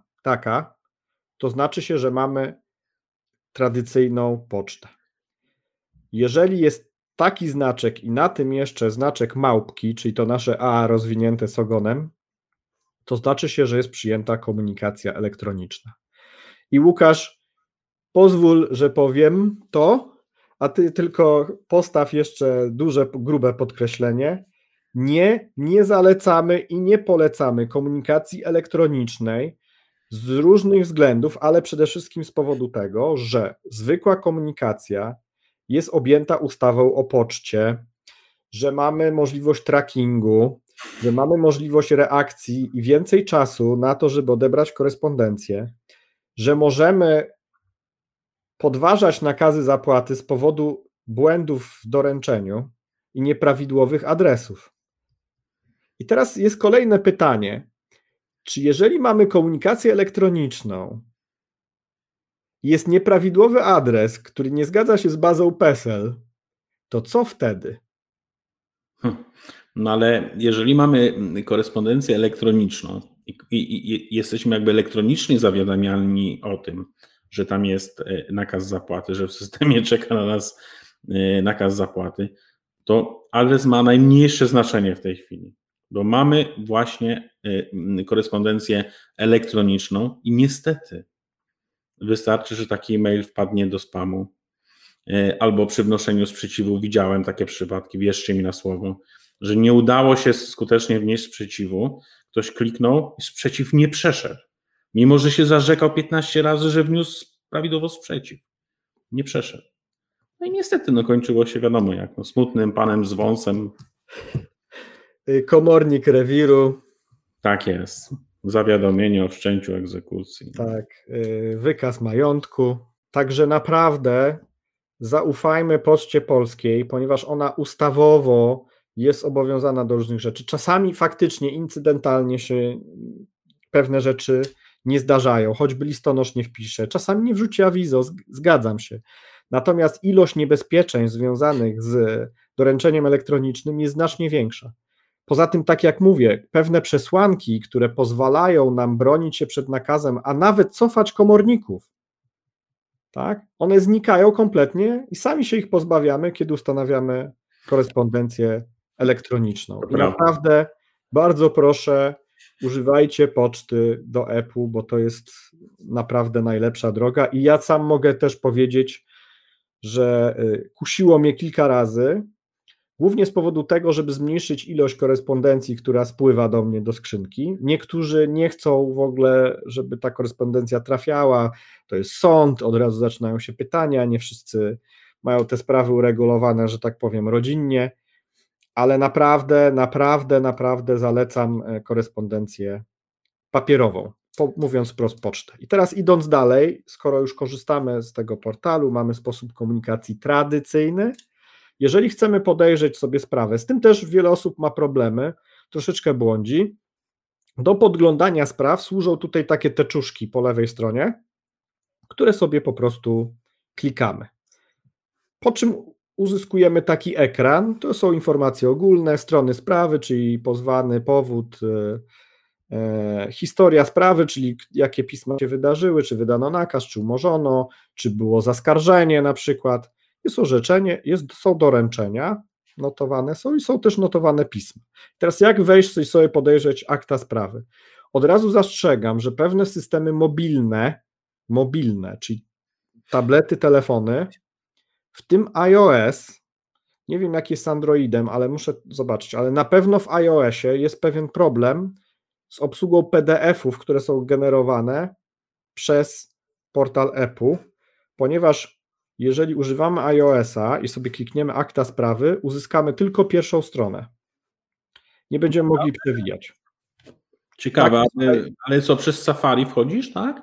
to znaczy się, że mamy tradycyjną pocztę. Jeżeli jest taki znaczek i na tym jeszcze znaczek małpki, czyli to nasze AA rozwinięte z ogonem, to znaczy się, że jest przyjęta komunikacja elektroniczna. I Łukasz, pozwól, że powiem to, a ty tylko postaw jeszcze duże, grube podkreślenie. Nie zalecamy i nie polecamy komunikacji elektronicznej z różnych względów, ale przede wszystkim z powodu tego, że zwykła komunikacja jest objęta ustawą o poczcie, że mamy możliwość trackingu, że mamy możliwość reakcji i więcej czasu na to, żeby odebrać korespondencję, że możemy podważać nakazy zapłaty z powodu błędów w doręczeniu i nieprawidłowych adresów. I teraz jest kolejne pytanie, czy jeżeli mamy komunikację elektroniczną, jest nieprawidłowy adres, który nie zgadza się z bazą PESEL, to co wtedy? No ale jeżeli mamy korespondencję elektroniczną i jesteśmy jakby elektronicznie zawiadamiani o tym, że tam jest nakaz zapłaty, że w systemie czeka na nas nakaz zapłaty, to adres ma najmniejsze znaczenie w tej chwili, bo mamy właśnie korespondencję elektroniczną i niestety wystarczy, że taki e-mail wpadnie do spamu albo przy wnoszeniu sprzeciwu, widziałem takie przypadki, wierzcie mi na słowo, że nie udało się skutecznie wnieść sprzeciwu, ktoś kliknął i sprzeciw nie przeszedł, mimo że się zarzekał 15 razy, że wniósł prawidłowo sprzeciw. Nie przeszedł. No i niestety kończyło się wiadomo jak, smutnym panem z wąsem. Komornik rewiru. Tak jest. Zawiadomienie o wszczęciu egzekucji. Tak, wykaz majątku. Także naprawdę zaufajmy Poczcie Polskiej, ponieważ ona ustawowo jest obowiązana do różnych rzeczy. Czasami faktycznie incydentalnie się pewne rzeczy nie zdarzają, choćby listonosz nie wpisze, czasami nie wrzuci awizo, zgadzam się. Natomiast ilość niebezpieczeń związanych z doręczeniem elektronicznym jest znacznie większa. Poza tym, tak jak mówię, pewne przesłanki, które pozwalają nam bronić się przed nakazem, a nawet cofać komorników, tak, one znikają kompletnie i sami się ich pozbawiamy, kiedy ustanawiamy korespondencję elektroniczną. I naprawdę bardzo proszę, używajcie poczty do EPU, bo to jest naprawdę najlepsza droga i ja sam mogę też powiedzieć, że kusiło mnie kilka razy, głównie z powodu tego, żeby zmniejszyć ilość korespondencji, która spływa do mnie do skrzynki. Niektórzy nie chcą w ogóle, żeby ta korespondencja trafiała, to jest sąd, od razu zaczynają się pytania, nie wszyscy mają te sprawy uregulowane, że tak powiem, rodzinnie, ale naprawdę zalecam korespondencję papierową. mówiąc wprost, pocztę. I teraz idąc dalej, skoro już korzystamy z tego portalu, mamy sposób komunikacji tradycyjny, jeżeli chcemy podejrzeć sobie sprawę, z tym też wiele osób ma problemy, troszeczkę błądzi, do podglądania spraw służą tutaj takie teczuszki po lewej stronie, które sobie po prostu klikamy. Po czym uzyskujemy taki ekran, to są informacje ogólne, strony sprawy, czyli pozwany, powód, historia sprawy, czyli jakie pisma się wydarzyły, czy wydano nakaz, czy umorzono, czy było zaskarżenie na przykład, jest orzeczenie, są doręczenia, notowane są i są też notowane pisma. Teraz jak wejść i sobie podejrzeć akta sprawy? Od razu zastrzegam, że pewne systemy mobilne, czyli tablety, telefony, w tym iOS, nie wiem jak jest z Androidem, ale muszę zobaczyć, ale na pewno w iOSie jest pewien problem z obsługą PDF-ów, które są generowane przez portal EPU, ponieważ jeżeli używamy iOS-a i sobie klikniemy akta sprawy, uzyskamy tylko pierwszą stronę. Nie będziemy mogli przewijać. Ciekawe, ale co, przez Safari wchodzisz, tak?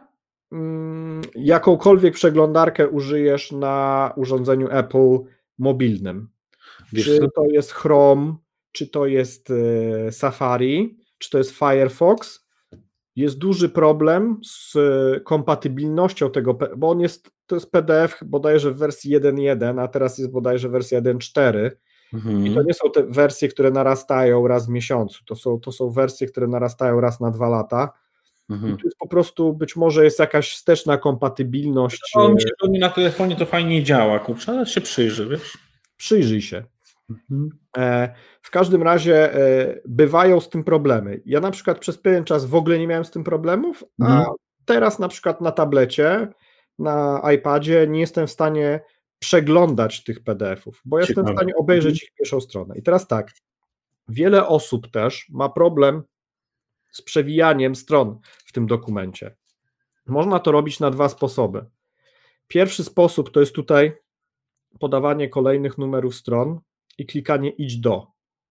Jakąkolwiek przeglądarkę użyjesz na urządzeniu Apple mobilnym. Czy to jest Chrome, czy to jest Safari, czy to jest Firefox, jest duży problem z kompatybilnością tego, bo to jest PDF bodajże w wersji 1.1, a teraz jest bodajże wersja 1.4 i to nie są te wersje, które narastają raz w miesiącu, to są wersje, które narastają raz na 2 lata. I tu jest po prostu, być może jest jakaś wsteczna kompatybilność. Mi się to na telefonie to fajnie działa, kurczę, ale się przyjrzy, wiesz? Przyjrzyj się. W każdym razie bywają z tym problemy. Ja na przykład przez pewien czas w ogóle nie miałem z tym problemów, a teraz na przykład na tablecie, na iPadzie nie jestem w stanie przeglądać tych PDF-ów, bo jestem w stanie obejrzeć ich pierwszą stronę. I teraz tak, wiele osób też ma problem z przewijaniem stron w tym dokumencie. Można to robić na 2 sposoby. Pierwszy sposób to jest tutaj podawanie kolejnych numerów stron i klikanie idź do.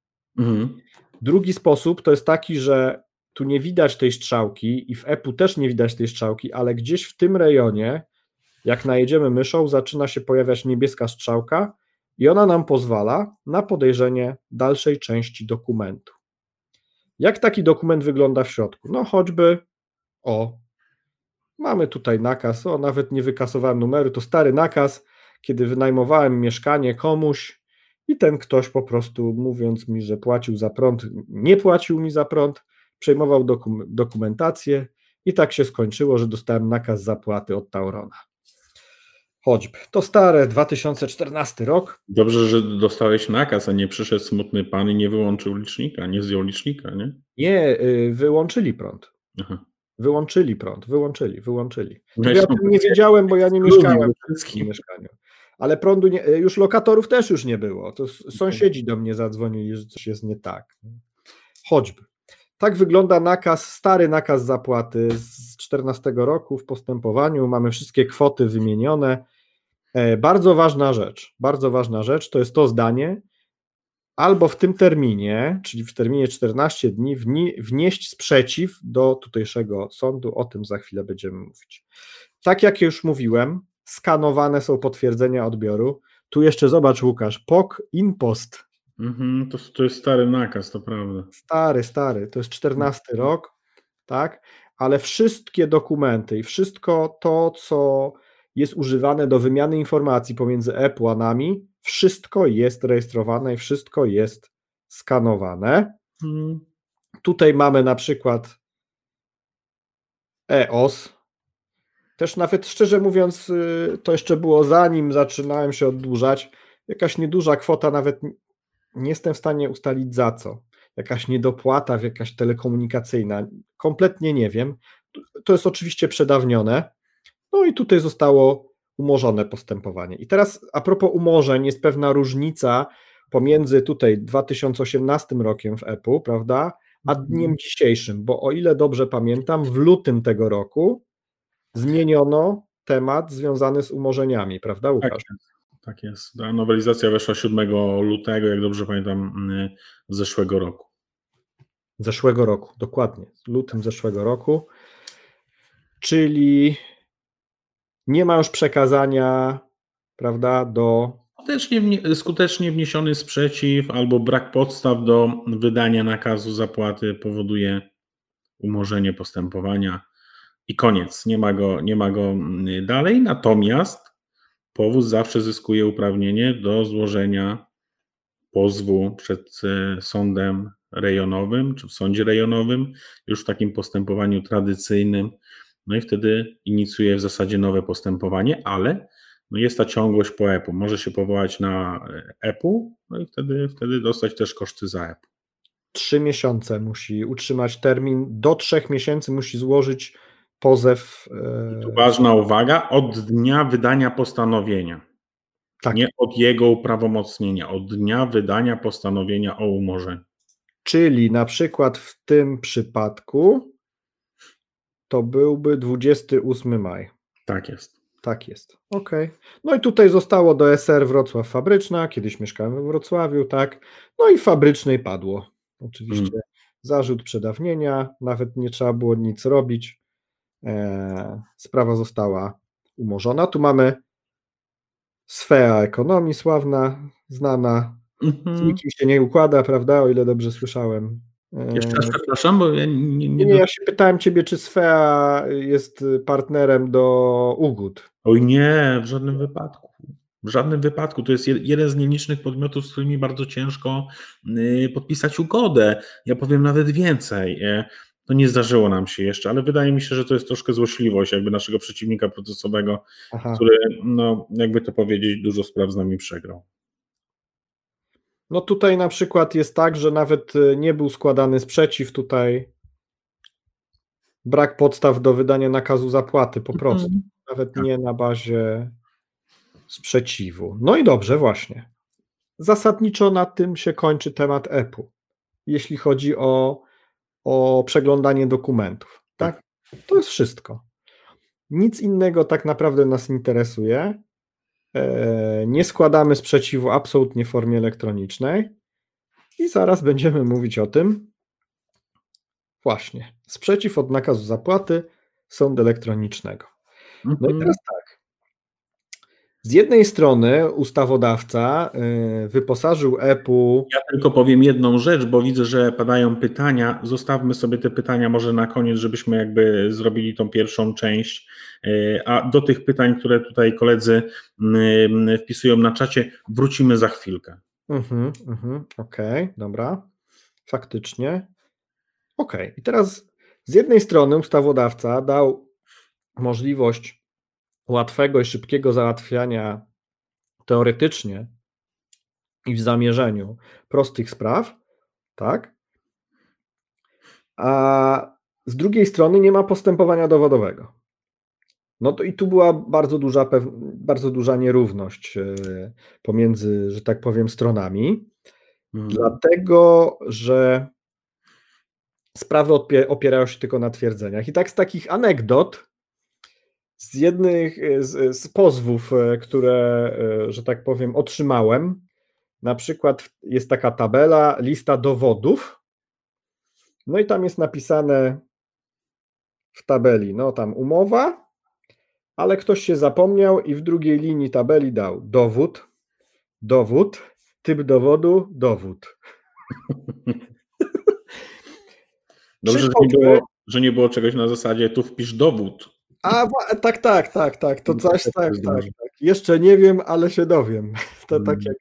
Drugi sposób to jest taki, że tu nie widać tej strzałki i w EPU też nie widać tej strzałki, ale gdzieś w tym rejonie, jak najedziemy myszą, zaczyna się pojawiać niebieska strzałka i ona nam pozwala na podejrzenie dalszej części dokumentu. Jak taki dokument wygląda w środku? No choćby, mamy tutaj nakaz, nawet nie wykasowałem numeru, to stary nakaz, kiedy wynajmowałem mieszkanie komuś i ten ktoś po prostu, mówiąc mi, że płacił za prąd, nie płacił mi za prąd, przejmował dokumentację i tak się skończyło, że dostałem nakaz zapłaty od Taurona. Choćby. To stare, 2014 rok. Dobrze, że dostałeś nakaz, a nie przyszedł smutny pan i nie wyłączył licznika, nie zdjął licznika, nie? Nie, wyłączyli prąd. Aha. Wyłączyli prąd, wyłączyli. Ja o tym nie wiedziałem, bo ja nie mieszkałem w tym mieszkaniu. Ale prądu już lokatorów też już nie było. To sąsiedzi do mnie zadzwonili, że coś jest nie tak. Choćby. Tak wygląda nakaz, stary nakaz zapłaty z 2014 roku w postępowaniu. Mamy wszystkie kwoty wymienione. Bardzo ważna rzecz to jest to zdanie, albo w tym terminie, czyli w terminie 14 dni, wnieść sprzeciw do tutejszego sądu. O tym za chwilę będziemy mówić. Tak jak już mówiłem, skanowane są potwierdzenia odbioru. Tu jeszcze zobacz, Łukasz, POK InPost. To jest stary nakaz, to prawda. Stary, to jest 14 rok, tak? Ale wszystkie dokumenty i wszystko to, co jest używane do wymiany informacji pomiędzy EPU a nami, wszystko jest rejestrowane i wszystko jest skanowane. Tutaj mamy na przykład EOS. Też nawet szczerze mówiąc, to jeszcze było zanim zaczynałem się oddłużać, jakaś nieduża kwota, nawet nie jestem w stanie ustalić za co. Jakaś niedopłata, jakaś telekomunikacyjna, kompletnie nie wiem. To jest oczywiście przedawnione. No i tutaj zostało umorzone postępowanie. I teraz a propos umorzeń, jest pewna różnica pomiędzy tutaj 2018 rokiem w EPU, prawda, a dniem dzisiejszym, bo o ile dobrze pamiętam, w lutym tego roku zmieniono temat związany z umorzeniami, prawda, Łukasz? Tak jest. Ta nowelizacja weszła 7 lutego, jak dobrze pamiętam, zeszłego roku. Zeszłego roku, dokładnie. W lutym zeszłego roku. czyli nie ma już przekazania, prawda, do... Skutecznie wniesiony sprzeciw albo brak podstaw do wydania nakazu zapłaty powoduje umorzenie postępowania i koniec. Nie ma go dalej, natomiast powód zawsze zyskuje uprawnienie do złożenia pozwu przed sądem rejonowym czy w sądzie rejonowym, już w takim postępowaniu tradycyjnym, no i wtedy inicjuje w zasadzie nowe postępowanie, ale no jest ta ciągłość po EPU. Może się powołać na EPU, no i wtedy dostać też koszty za EPU. 3 miesiące musi utrzymać termin, do 3 miesięcy musi złożyć pozew. I tu ważna uwaga, od dnia wydania postanowienia. Tak. Nie od jego uprawomocnienia, od dnia wydania postanowienia o umorzeniu. Czyli na przykład w tym przypadku to byłby 28 maj. Tak jest. Tak jest. Okej. No i tutaj zostało do SR Wrocław Fabryczna, kiedyś mieszkałem we Wrocławiu, tak. No i Fabrycznej padło. Oczywiście zarzut przedawnienia, nawet nie trzeba było nic robić. Sprawa została umorzona. Tu mamy Sfera Ekonomii sławna, znana. Z nikim się nie układa, prawda? O ile dobrze słyszałem. Jeszcze raz przepraszam, bo ja ja się pytałem ciebie, czy Sfera jest partnerem do ugód. Oj nie, w żadnym wypadku. W żadnym wypadku. To jest jeden z nielicznych podmiotów, z którymi bardzo ciężko podpisać ugodę. Ja powiem nawet więcej. To nie zdarzyło nam się jeszcze, ale wydaje mi się, że to jest troszkę złośliwość jakby naszego przeciwnika procesowego, który, no jakby to powiedzieć, dużo spraw z nami przegrał. No tutaj na przykład jest tak, że nawet nie był składany sprzeciw, tutaj brak podstaw do wydania nakazu zapłaty po prostu, nawet nie na bazie sprzeciwu. No i dobrze, właśnie. Zasadniczo na tym się kończy temat EPU, jeśli chodzi o przeglądanie dokumentów. Tak? To jest wszystko. Nic innego tak naprawdę nas interesuje. Nie składamy sprzeciwu absolutnie w formie elektronicznej i zaraz będziemy mówić o tym. Właśnie, sprzeciw od nakazu zapłaty sądu elektronicznego. No i teraz tak. Z jednej strony ustawodawca wyposażył EPU... Ja tylko powiem jedną rzecz, bo widzę, że padają pytania. Zostawmy sobie te pytania może na koniec, żebyśmy jakby zrobili tą pierwszą część, a do tych pytań, które tutaj koledzy wpisują na czacie, wrócimy za chwilkę. Okej, dobra. Faktycznie. Okej. I teraz z jednej strony ustawodawca dał możliwość łatwego i szybkiego załatwiania teoretycznie i w zamierzeniu prostych spraw, tak? A z drugiej strony nie ma postępowania dowodowego. No to i tu była bardzo duża nierówność pomiędzy, że tak powiem, stronami, dlatego że sprawy opierają się tylko na twierdzeniach. I tak z takich anegdot, z jednych z pozwów, które, że tak powiem, otrzymałem, na przykład jest taka tabela, lista dowodów, no i tam jest napisane w tabeli, no tam umowa, ale ktoś się zapomniał i w drugiej linii tabeli dał dowód, typ dowodu, dowód. Dobrze, że nie było czegoś na zasadzie tu wpisz dowód. Tak. To coś tak. Jeszcze nie wiem, ale się dowiem. To tak jak...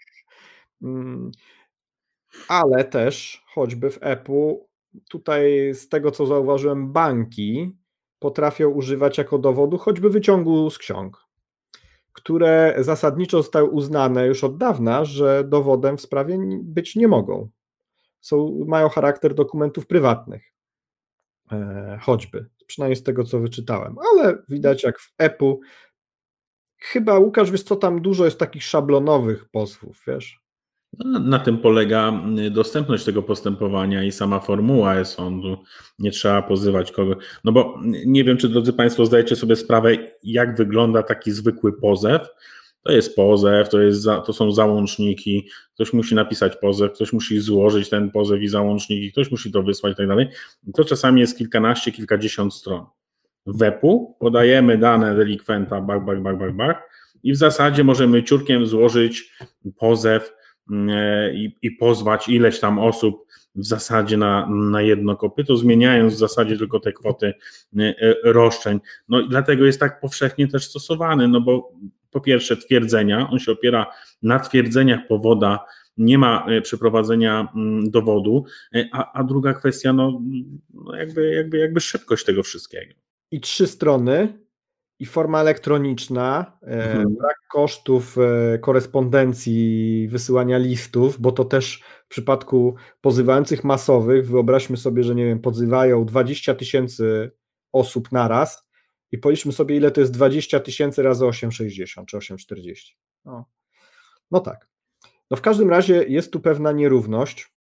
Ale też choćby w EPU, tutaj z tego co zauważyłem, banki potrafią używać jako dowodu choćby wyciągu z ksiąg, które zasadniczo zostały uznane już od dawna, że dowodem w sprawie być nie mogą. Mają charakter dokumentów prywatnych. Choćby, przynajmniej z tego co wyczytałem, ale widać jak w EPU, chyba Łukasz, wiesz co, tam dużo jest takich szablonowych pozwów, wiesz? Na tym polega dostępność tego postępowania i sama formuła e-sądu. Nie trzeba pozywać kogo. No bo nie wiem, czy drodzy Państwo zdajecie sobie sprawę, jak wygląda taki zwykły pozew. To jest pozew, to są załączniki, ktoś musi napisać pozew, ktoś musi złożyć ten pozew i załączniki, ktoś musi to wysłać i tak dalej. To czasami jest kilkanaście, kilkadziesiąt stron. WEP-u, podajemy dane delikwenta, i w zasadzie możemy ciurkiem złożyć pozew i pozwać ileś tam osób w zasadzie na jedno kopyto, zmieniając w zasadzie tylko te kwoty roszczeń. No i dlatego jest tak powszechnie też stosowany, no bo po pierwsze twierdzenia, on się opiera na twierdzeniach powoda, nie ma przeprowadzenia dowodu, a druga kwestia, no jakby szybkość tego wszystkiego. I 3 strony, i forma elektroniczna, brak kosztów korespondencji, wysyłania listów, bo to też w przypadku pozywających masowych, wyobraźmy sobie, że nie wiem, pozywają 20 000 osób naraz i policzmy sobie, ile to jest 20 000 razy 8,60 czy 8,40. No tak. No w każdym razie jest tu pewna nierówność.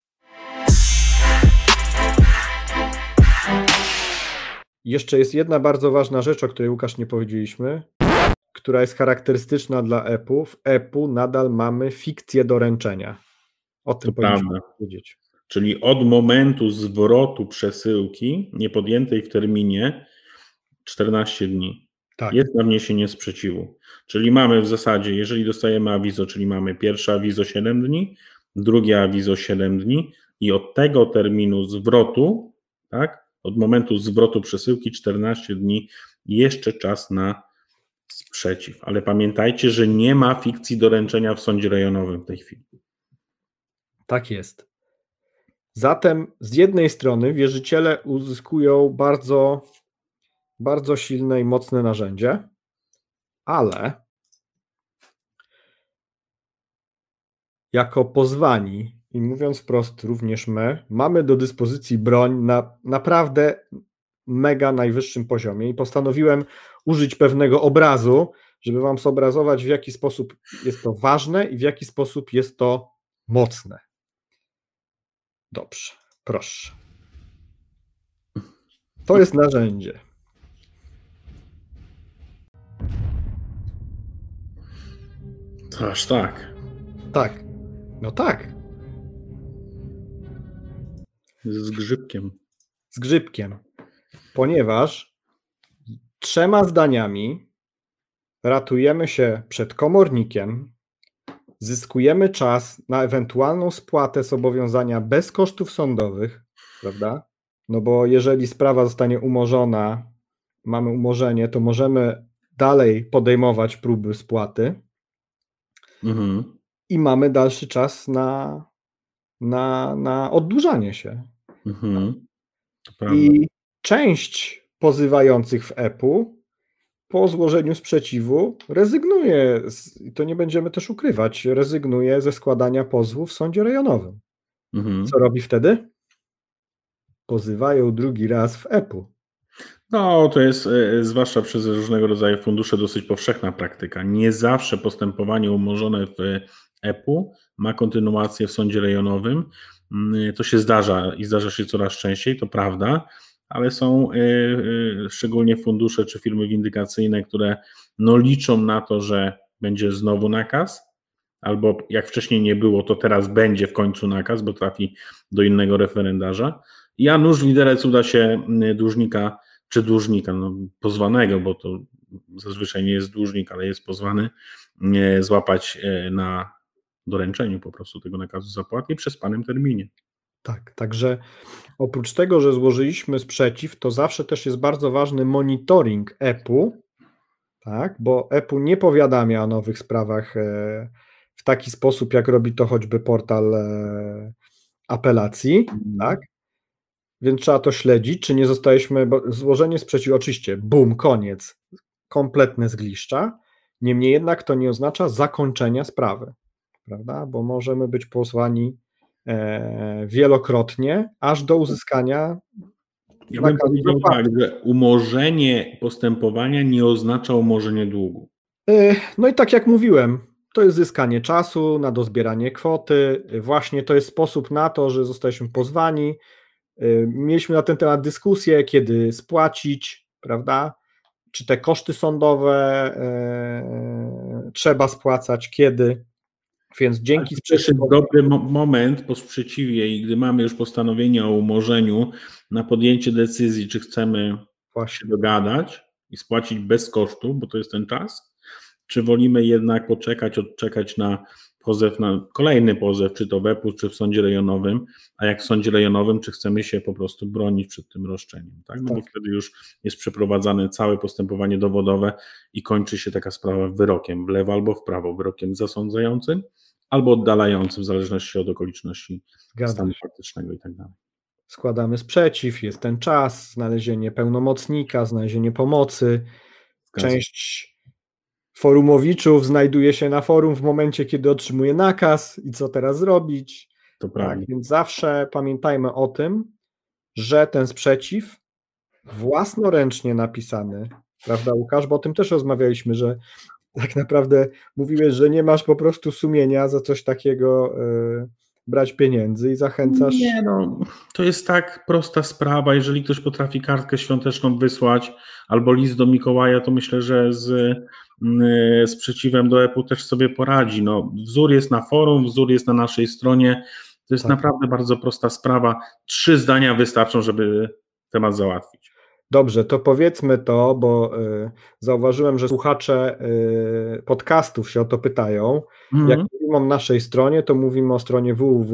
Jeszcze jest jedna bardzo ważna rzecz, o której, Łukasz, nie powiedzieliśmy, która jest charakterystyczna dla EPU. W EPU nadal mamy fikcję doręczenia. O tym powinniśmy powiedzieć. Czyli od momentu zwrotu przesyłki niepodjętej w terminie 14 dni jest na wniesienie sprzeciwu. Czyli mamy w zasadzie, jeżeli dostajemy awizo, czyli mamy pierwsze awizo 7 dni, drugie awizo 7 dni i od tego terminu zwrotu, tak, od momentu zwrotu przesyłki 14 dni, jeszcze czas na sprzeciw. Ale pamiętajcie, że nie ma fikcji doręczenia w sądzie rejonowym w tej chwili. Tak jest. Zatem z jednej strony wierzyciele uzyskują bardzo, bardzo silne i mocne narzędzie, ale jako pozwani, i mówiąc wprost również my, mamy do dyspozycji broń na naprawdę mega najwyższym poziomie i postanowiłem użyć pewnego obrazu, żeby wam zobrazować, w jaki sposób jest to ważne i w jaki sposób jest to mocne. Dobrze, proszę. To jest narzędzie. To aż tak. Tak. No tak. Z grzybkiem. Z grzybkiem. Ponieważ 3 zdaniami ratujemy się przed komornikiem, zyskujemy czas na ewentualną spłatę zobowiązania bez kosztów sądowych, prawda? No bo jeżeli sprawa zostanie umorzona, mamy umorzenie, to możemy dalej podejmować próby spłaty i mamy dalszy czas na oddłużanie się. I część pozywających w EPU po złożeniu sprzeciwu rezygnuje, i to nie będziemy też ukrywać, rezygnuje ze składania pozwu w sądzie rejonowym. Co robi wtedy? Pozywają drugi raz w EPU. No, to jest zwłaszcza przez różnego rodzaju fundusze dosyć powszechna praktyka. Nie zawsze postępowanie umorzone w EPU ma kontynuację w sądzie rejonowym. To się zdarza i zdarza się coraz częściej, to prawda, ale są szczególnie fundusze czy firmy windykacyjne, które no liczą na to, że będzie znowu nakaz, albo jak wcześniej nie było, to teraz będzie w końcu nakaz, bo trafi do innego referendarza. I a nuż widelec uda się dłużnika, no pozwanego, bo to zazwyczaj nie jest dłużnik, ale jest pozwany, złapać na doręczeniu po prostu tego nakazu zapłaty i przespanym terminie. Tak, także oprócz tego, że złożyliśmy sprzeciw, to zawsze też jest bardzo ważny monitoring EPU, tak, bo EPU nie powiadamia o nowych sprawach w taki sposób, jak robi to choćby portal apelacji, tak? Więc trzeba to śledzić, czy nie zostaliśmy, bo złożenie sprzeciwu, oczywiście, bum, koniec, kompletne zgliszcza, niemniej jednak to nie oznacza zakończenia sprawy, prawda, bo możemy być pozwani wielokrotnie, aż do uzyskania. Ja bym powiedział tak, że umorzenie postępowania nie oznacza umorzenie długu. No i tak jak mówiłem, to jest zyskanie czasu na dozbieranie kwoty, właśnie to jest sposób na to, że zostaliśmy pozwani. Mieliśmy na ten temat dyskusję, kiedy spłacić, prawda? Czy te koszty sądowe trzeba spłacać, kiedy. Więc dzięki sprzeciwowi. To jest dobry moment po sprzeciwie i gdy mamy już postanowienie o umorzeniu na podjęcie decyzji, czy chcemy się dogadać i spłacić bez kosztu, bo to jest ten czas, czy wolimy jednak odczekać na pozew, na kolejny pozew, czy to w EPU, czy w sądzie rejonowym, a jak w sądzie rejonowym, czy chcemy się po prostu bronić przed tym roszczeniem, tak? No bo wtedy już jest przeprowadzane całe postępowanie dowodowe i kończy się taka sprawa wyrokiem w lewo albo w prawo, wyrokiem zasądzającym albo oddalającym, w zależności od okoliczności stanu faktycznego i tak dalej. Składamy sprzeciw, jest ten czas, znalezienie pełnomocnika, znalezienie pomocy. Część forumowiczów znajduje się na forum w momencie, kiedy otrzymuje nakaz i co teraz zrobić. To prawda. Więc zawsze pamiętajmy o tym, że ten sprzeciw własnoręcznie napisany, prawda, Łukasz, bo o tym też rozmawialiśmy, że tak naprawdę mówiłeś, że nie masz po prostu sumienia za coś takiego brać pieniędzy i zachęcasz. Nie, no, to jest tak prosta sprawa. Jeżeli ktoś potrafi kartkę świąteczną wysłać albo list do Mikołaja, to myślę, że z sprzeciwem do EPU też sobie poradzi. No, wzór jest na forum, wzór jest na naszej stronie. To jest naprawdę bardzo prosta sprawa. 3 zdania wystarczą, żeby temat załatwić. Dobrze, to powiedzmy to, bo zauważyłem, że słuchacze podcastów się o to pytają. Jak mówimy o naszej stronie, to mówimy o stronie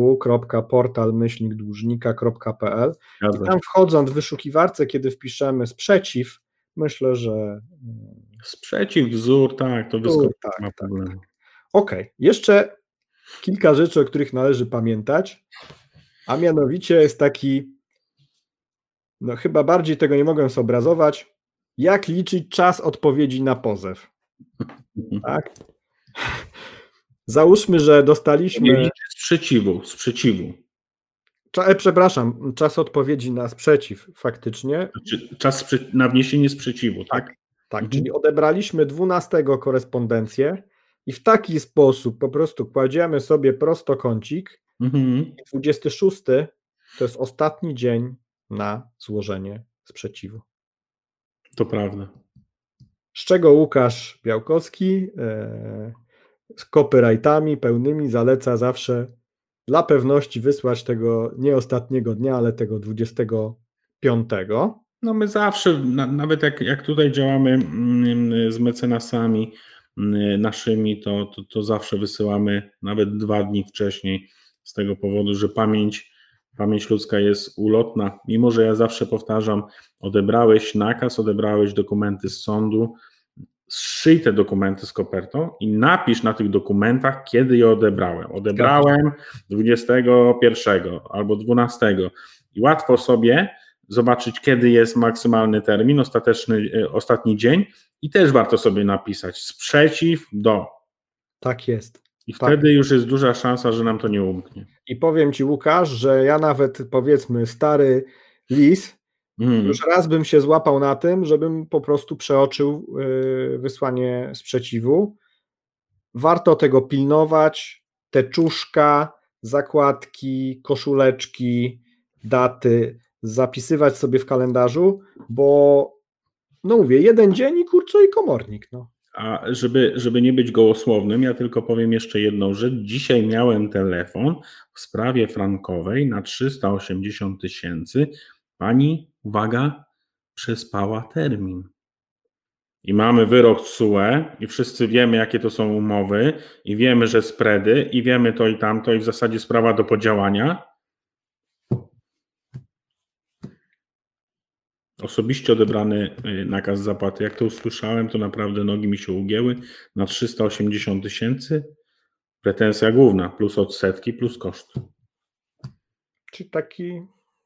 www.portal-dłużnika.pl i tam wchodząc w wyszukiwarce, kiedy wpiszemy sprzeciw, myślę, że... Sprzeciw, wzór, tak, to wyskoczy. Tak. Okej, jeszcze kilka rzeczy, o których należy pamiętać, a mianowicie jest taki... No chyba bardziej tego nie mogłem zobrazować. Jak liczyć czas odpowiedzi na pozew? Tak? Załóżmy, że dostaliśmy... Sprzeciwu. Przepraszam, czas odpowiedzi na sprzeciw faktycznie. Czas na wniesienie sprzeciwu, tak? Tak, czyli odebraliśmy 12 korespondencję i w taki sposób po prostu kładziemy sobie prostokącik. 26 to jest ostatni dzień na złożenie sprzeciwu. To prawda. Z czego Łukasz Białkowski z copyrightami pełnymi zaleca zawsze dla pewności wysłać tego nie ostatniego dnia, ale tego 25. No my zawsze, nawet jak tutaj działamy z mecenasami naszymi, to zawsze wysyłamy nawet 2 dni wcześniej z tego powodu, że pamięć ludzka jest ulotna. Mimo że ja zawsze powtarzam, odebrałeś nakaz, odebrałeś dokumenty z sądu, zszyj te dokumenty z kopertą i napisz na tych dokumentach, kiedy je odebrałem. Odebrałem 21 albo 12 i łatwo sobie zobaczyć, kiedy jest maksymalny termin, ostatni dzień i też warto sobie napisać sprzeciw do. Tak jest. I wtedy już jest duża szansa, że nam to nie umknie. I powiem Ci, Łukasz, że ja nawet, powiedzmy, stary lis, już raz bym się złapał na tym, żebym po prostu przeoczył wysłanie sprzeciwu. Warto tego pilnować, teczuszka, zakładki, koszuleczki, daty, zapisywać sobie w kalendarzu, bo no mówię, 1 dzień i kurczę i komornik. No. A żeby nie być gołosłownym, ja tylko powiem jeszcze jedną rzecz. Dzisiaj miałem telefon w sprawie frankowej na 380 000. Pani, uwaga, przespała termin. I mamy wyrok TSUE i wszyscy wiemy, jakie to są umowy i wiemy, że spready i wiemy to i tamto i w zasadzie sprawa do podziałania. Osobiście odebrany nakaz zapłaty. Jak to usłyszałem, to naprawdę nogi mi się ugięły. Na 380 000 pretensja główna, plus odsetki, plus koszt. Czy taki...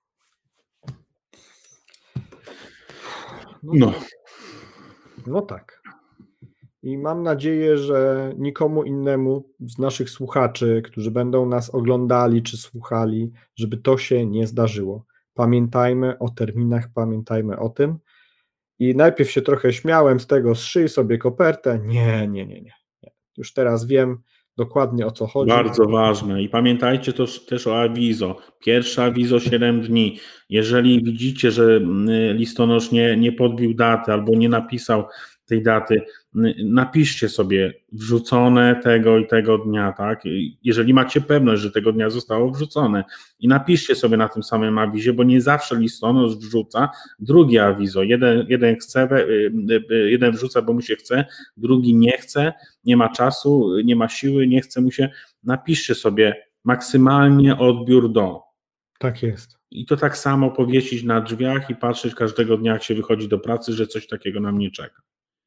No tak. I mam nadzieję, że nikomu innemu z naszych słuchaczy, którzy będą nas oglądali czy słuchali, żeby to się nie zdarzyło. Pamiętajmy o terminach, pamiętajmy o tym. I najpierw się trochę śmiałem z tego, zszyj sobie kopertę. Nie. Już teraz wiem dokładnie, o co chodzi. Bardzo ważne. I pamiętajcie też o awizo. Pierwsze awizo 7 dni. Jeżeli widzicie, że listonosz nie podbił daty albo nie napisał tej daty, napiszcie sobie wrzucone tego i tego dnia, tak? Jeżeli macie pewność, że tego dnia zostało wrzucone i napiszcie sobie na tym samym awizie, bo nie zawsze listonosz wrzuca drugi awizo. Jeden wrzuca, bo mu się chce, drugi nie chce, nie ma czasu, nie ma siły, nie chce mu się. Napiszcie sobie maksymalnie odbiór do. Tak jest. I to tak samo powiesić na drzwiach i patrzeć każdego dnia, jak się wychodzi do pracy, że coś takiego na mnie czeka.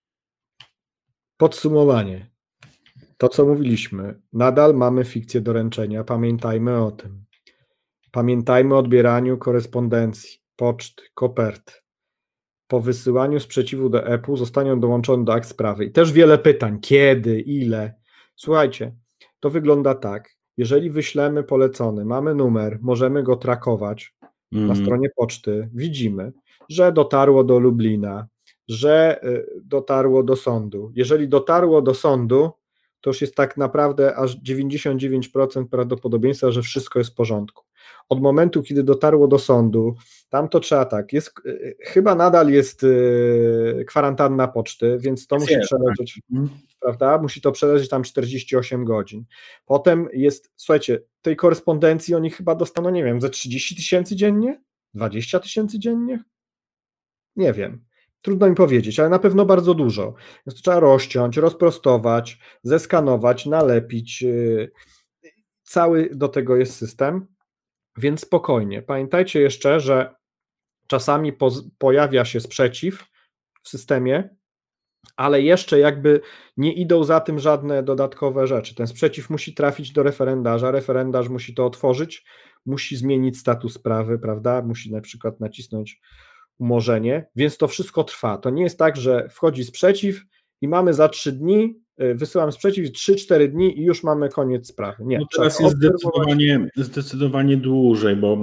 Podsumowanie. To, co mówiliśmy, nadal mamy fikcję doręczenia, pamiętajmy o tym. Pamiętajmy o odbieraniu korespondencji, poczt, kopert. Po wysyłaniu sprzeciwu do EPU zostanie on dołączony do akt sprawy. I też wiele pytań, kiedy, ile. Słuchajcie, to wygląda tak, jeżeli wyślemy polecony, mamy numer, możemy go trakować na stronie poczty, widzimy, że dotarło do Lublina, że dotarło do sądu. Jeżeli dotarło do sądu, to już jest tak naprawdę aż 99% prawdopodobieństwa, że wszystko jest w porządku. Od momentu, kiedy dotarło do sądu, tam to trzeba tak, chyba nadal jest kwarantanna poczty, więc to musi przeleżeć, prawda? Musi to przeleżeć tam 48 godzin. Potem jest, słuchajcie, tej korespondencji oni chyba dostaną, nie wiem, ze 30 tysięcy dziennie? 20 tysięcy dziennie? Nie wiem. Trudno mi powiedzieć, ale na pewno bardzo dużo. Więc to trzeba rozciąć, rozprostować, zeskanować, nalepić. Cały do tego jest system, więc spokojnie. Pamiętajcie jeszcze, że czasami pojawia się sprzeciw w systemie, ale jeszcze jakby nie idą za tym żadne dodatkowe rzeczy. Ten sprzeciw musi trafić do referendarza, referendarz musi to otworzyć, musi zmienić status sprawy, prawda? Musi na przykład nacisnąć umorzenie, więc to wszystko trwa. To nie jest tak, że wchodzi sprzeciw i mamy za 3 dni, wysyłam sprzeciw, 3-4 dni i już mamy koniec sprawy. Nie, no teraz jest zdecydowanie dłużej, bo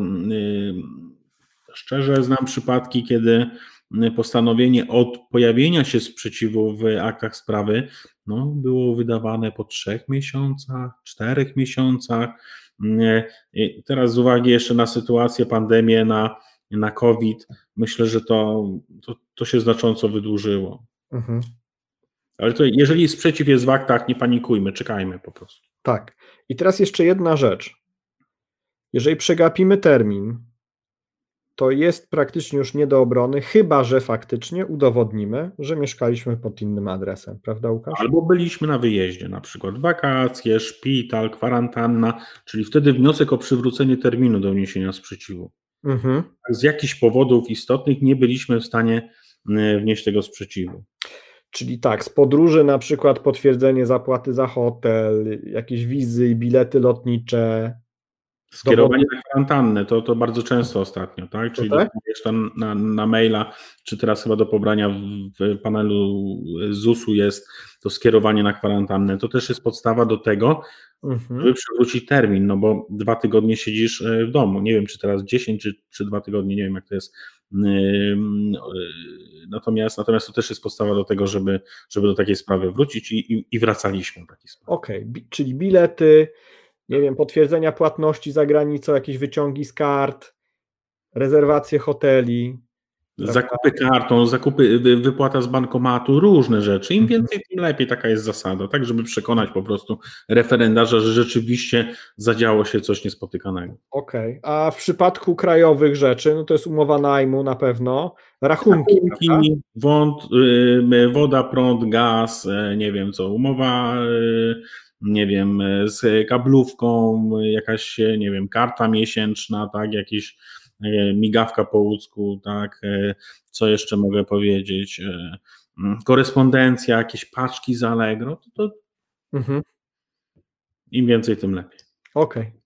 szczerze znam przypadki, kiedy postanowienie od pojawienia się sprzeciwu w aktach sprawy było wydawane po 3 miesiącach, 4 miesiącach. Teraz z uwagi jeszcze na sytuację, pandemię, na COVID, myślę, że to się znacząco wydłużyło. Mhm. Ale to jeżeli sprzeciw jest w aktach, nie panikujmy, czekajmy po prostu. Tak. I teraz jeszcze jedna rzecz. Jeżeli przegapimy termin, to jest praktycznie już nie do obrony, chyba że faktycznie udowodnimy, że mieszkaliśmy pod innym adresem, prawda, Łukasz? Albo byliśmy na wyjeździe, na przykład wakacje, szpital, kwarantanna, czyli wtedy wniosek o przywrócenie terminu do wniesienia sprzeciwu. Mhm. Z jakichś powodów istotnych nie byliśmy w stanie wnieść tego sprzeciwu. Czyli tak, z podróży na przykład potwierdzenie zapłaty za hotel, jakieś wizy i bilety lotnicze. Skierowanie na kwarantannę, to bardzo często ostatnio, tak? Czyli dostajesz tam na maila, czy teraz chyba do pobrania w panelu ZUS-u jest to skierowanie na kwarantannę. To też jest podstawa do tego, żeby przywrócić termin, bo 2 tygodnie siedzisz w domu. Nie wiem, czy teraz 10 czy 2 tygodnie, nie wiem jak to jest. Natomiast to też jest podstawa do tego, żeby do takiej sprawy wrócić i wracaliśmy do takiej sprawy. Okej, czyli bilety, nie wiem, potwierdzenia płatności za granicą, jakieś wyciągi z kart, rezerwacje hoteli. Zakupy kartą, wypłata z bankomatu, różne rzeczy. Im więcej, tym lepiej, taka jest zasada, tak, żeby przekonać po prostu referendarza, że rzeczywiście zadziało się coś niespotykanego. Okej. A w przypadku krajowych rzeczy, to jest umowa najmu na pewno, rachunki, woda, prąd, gaz, nie wiem co, umowa, nie wiem, z kablówką, jakaś, nie wiem, karta miesięczna, tak, jakieś migawka po łódzku, tak, co jeszcze mogę powiedzieć, korespondencja, jakieś paczki z Allegro, to im więcej, tym lepiej. Okej.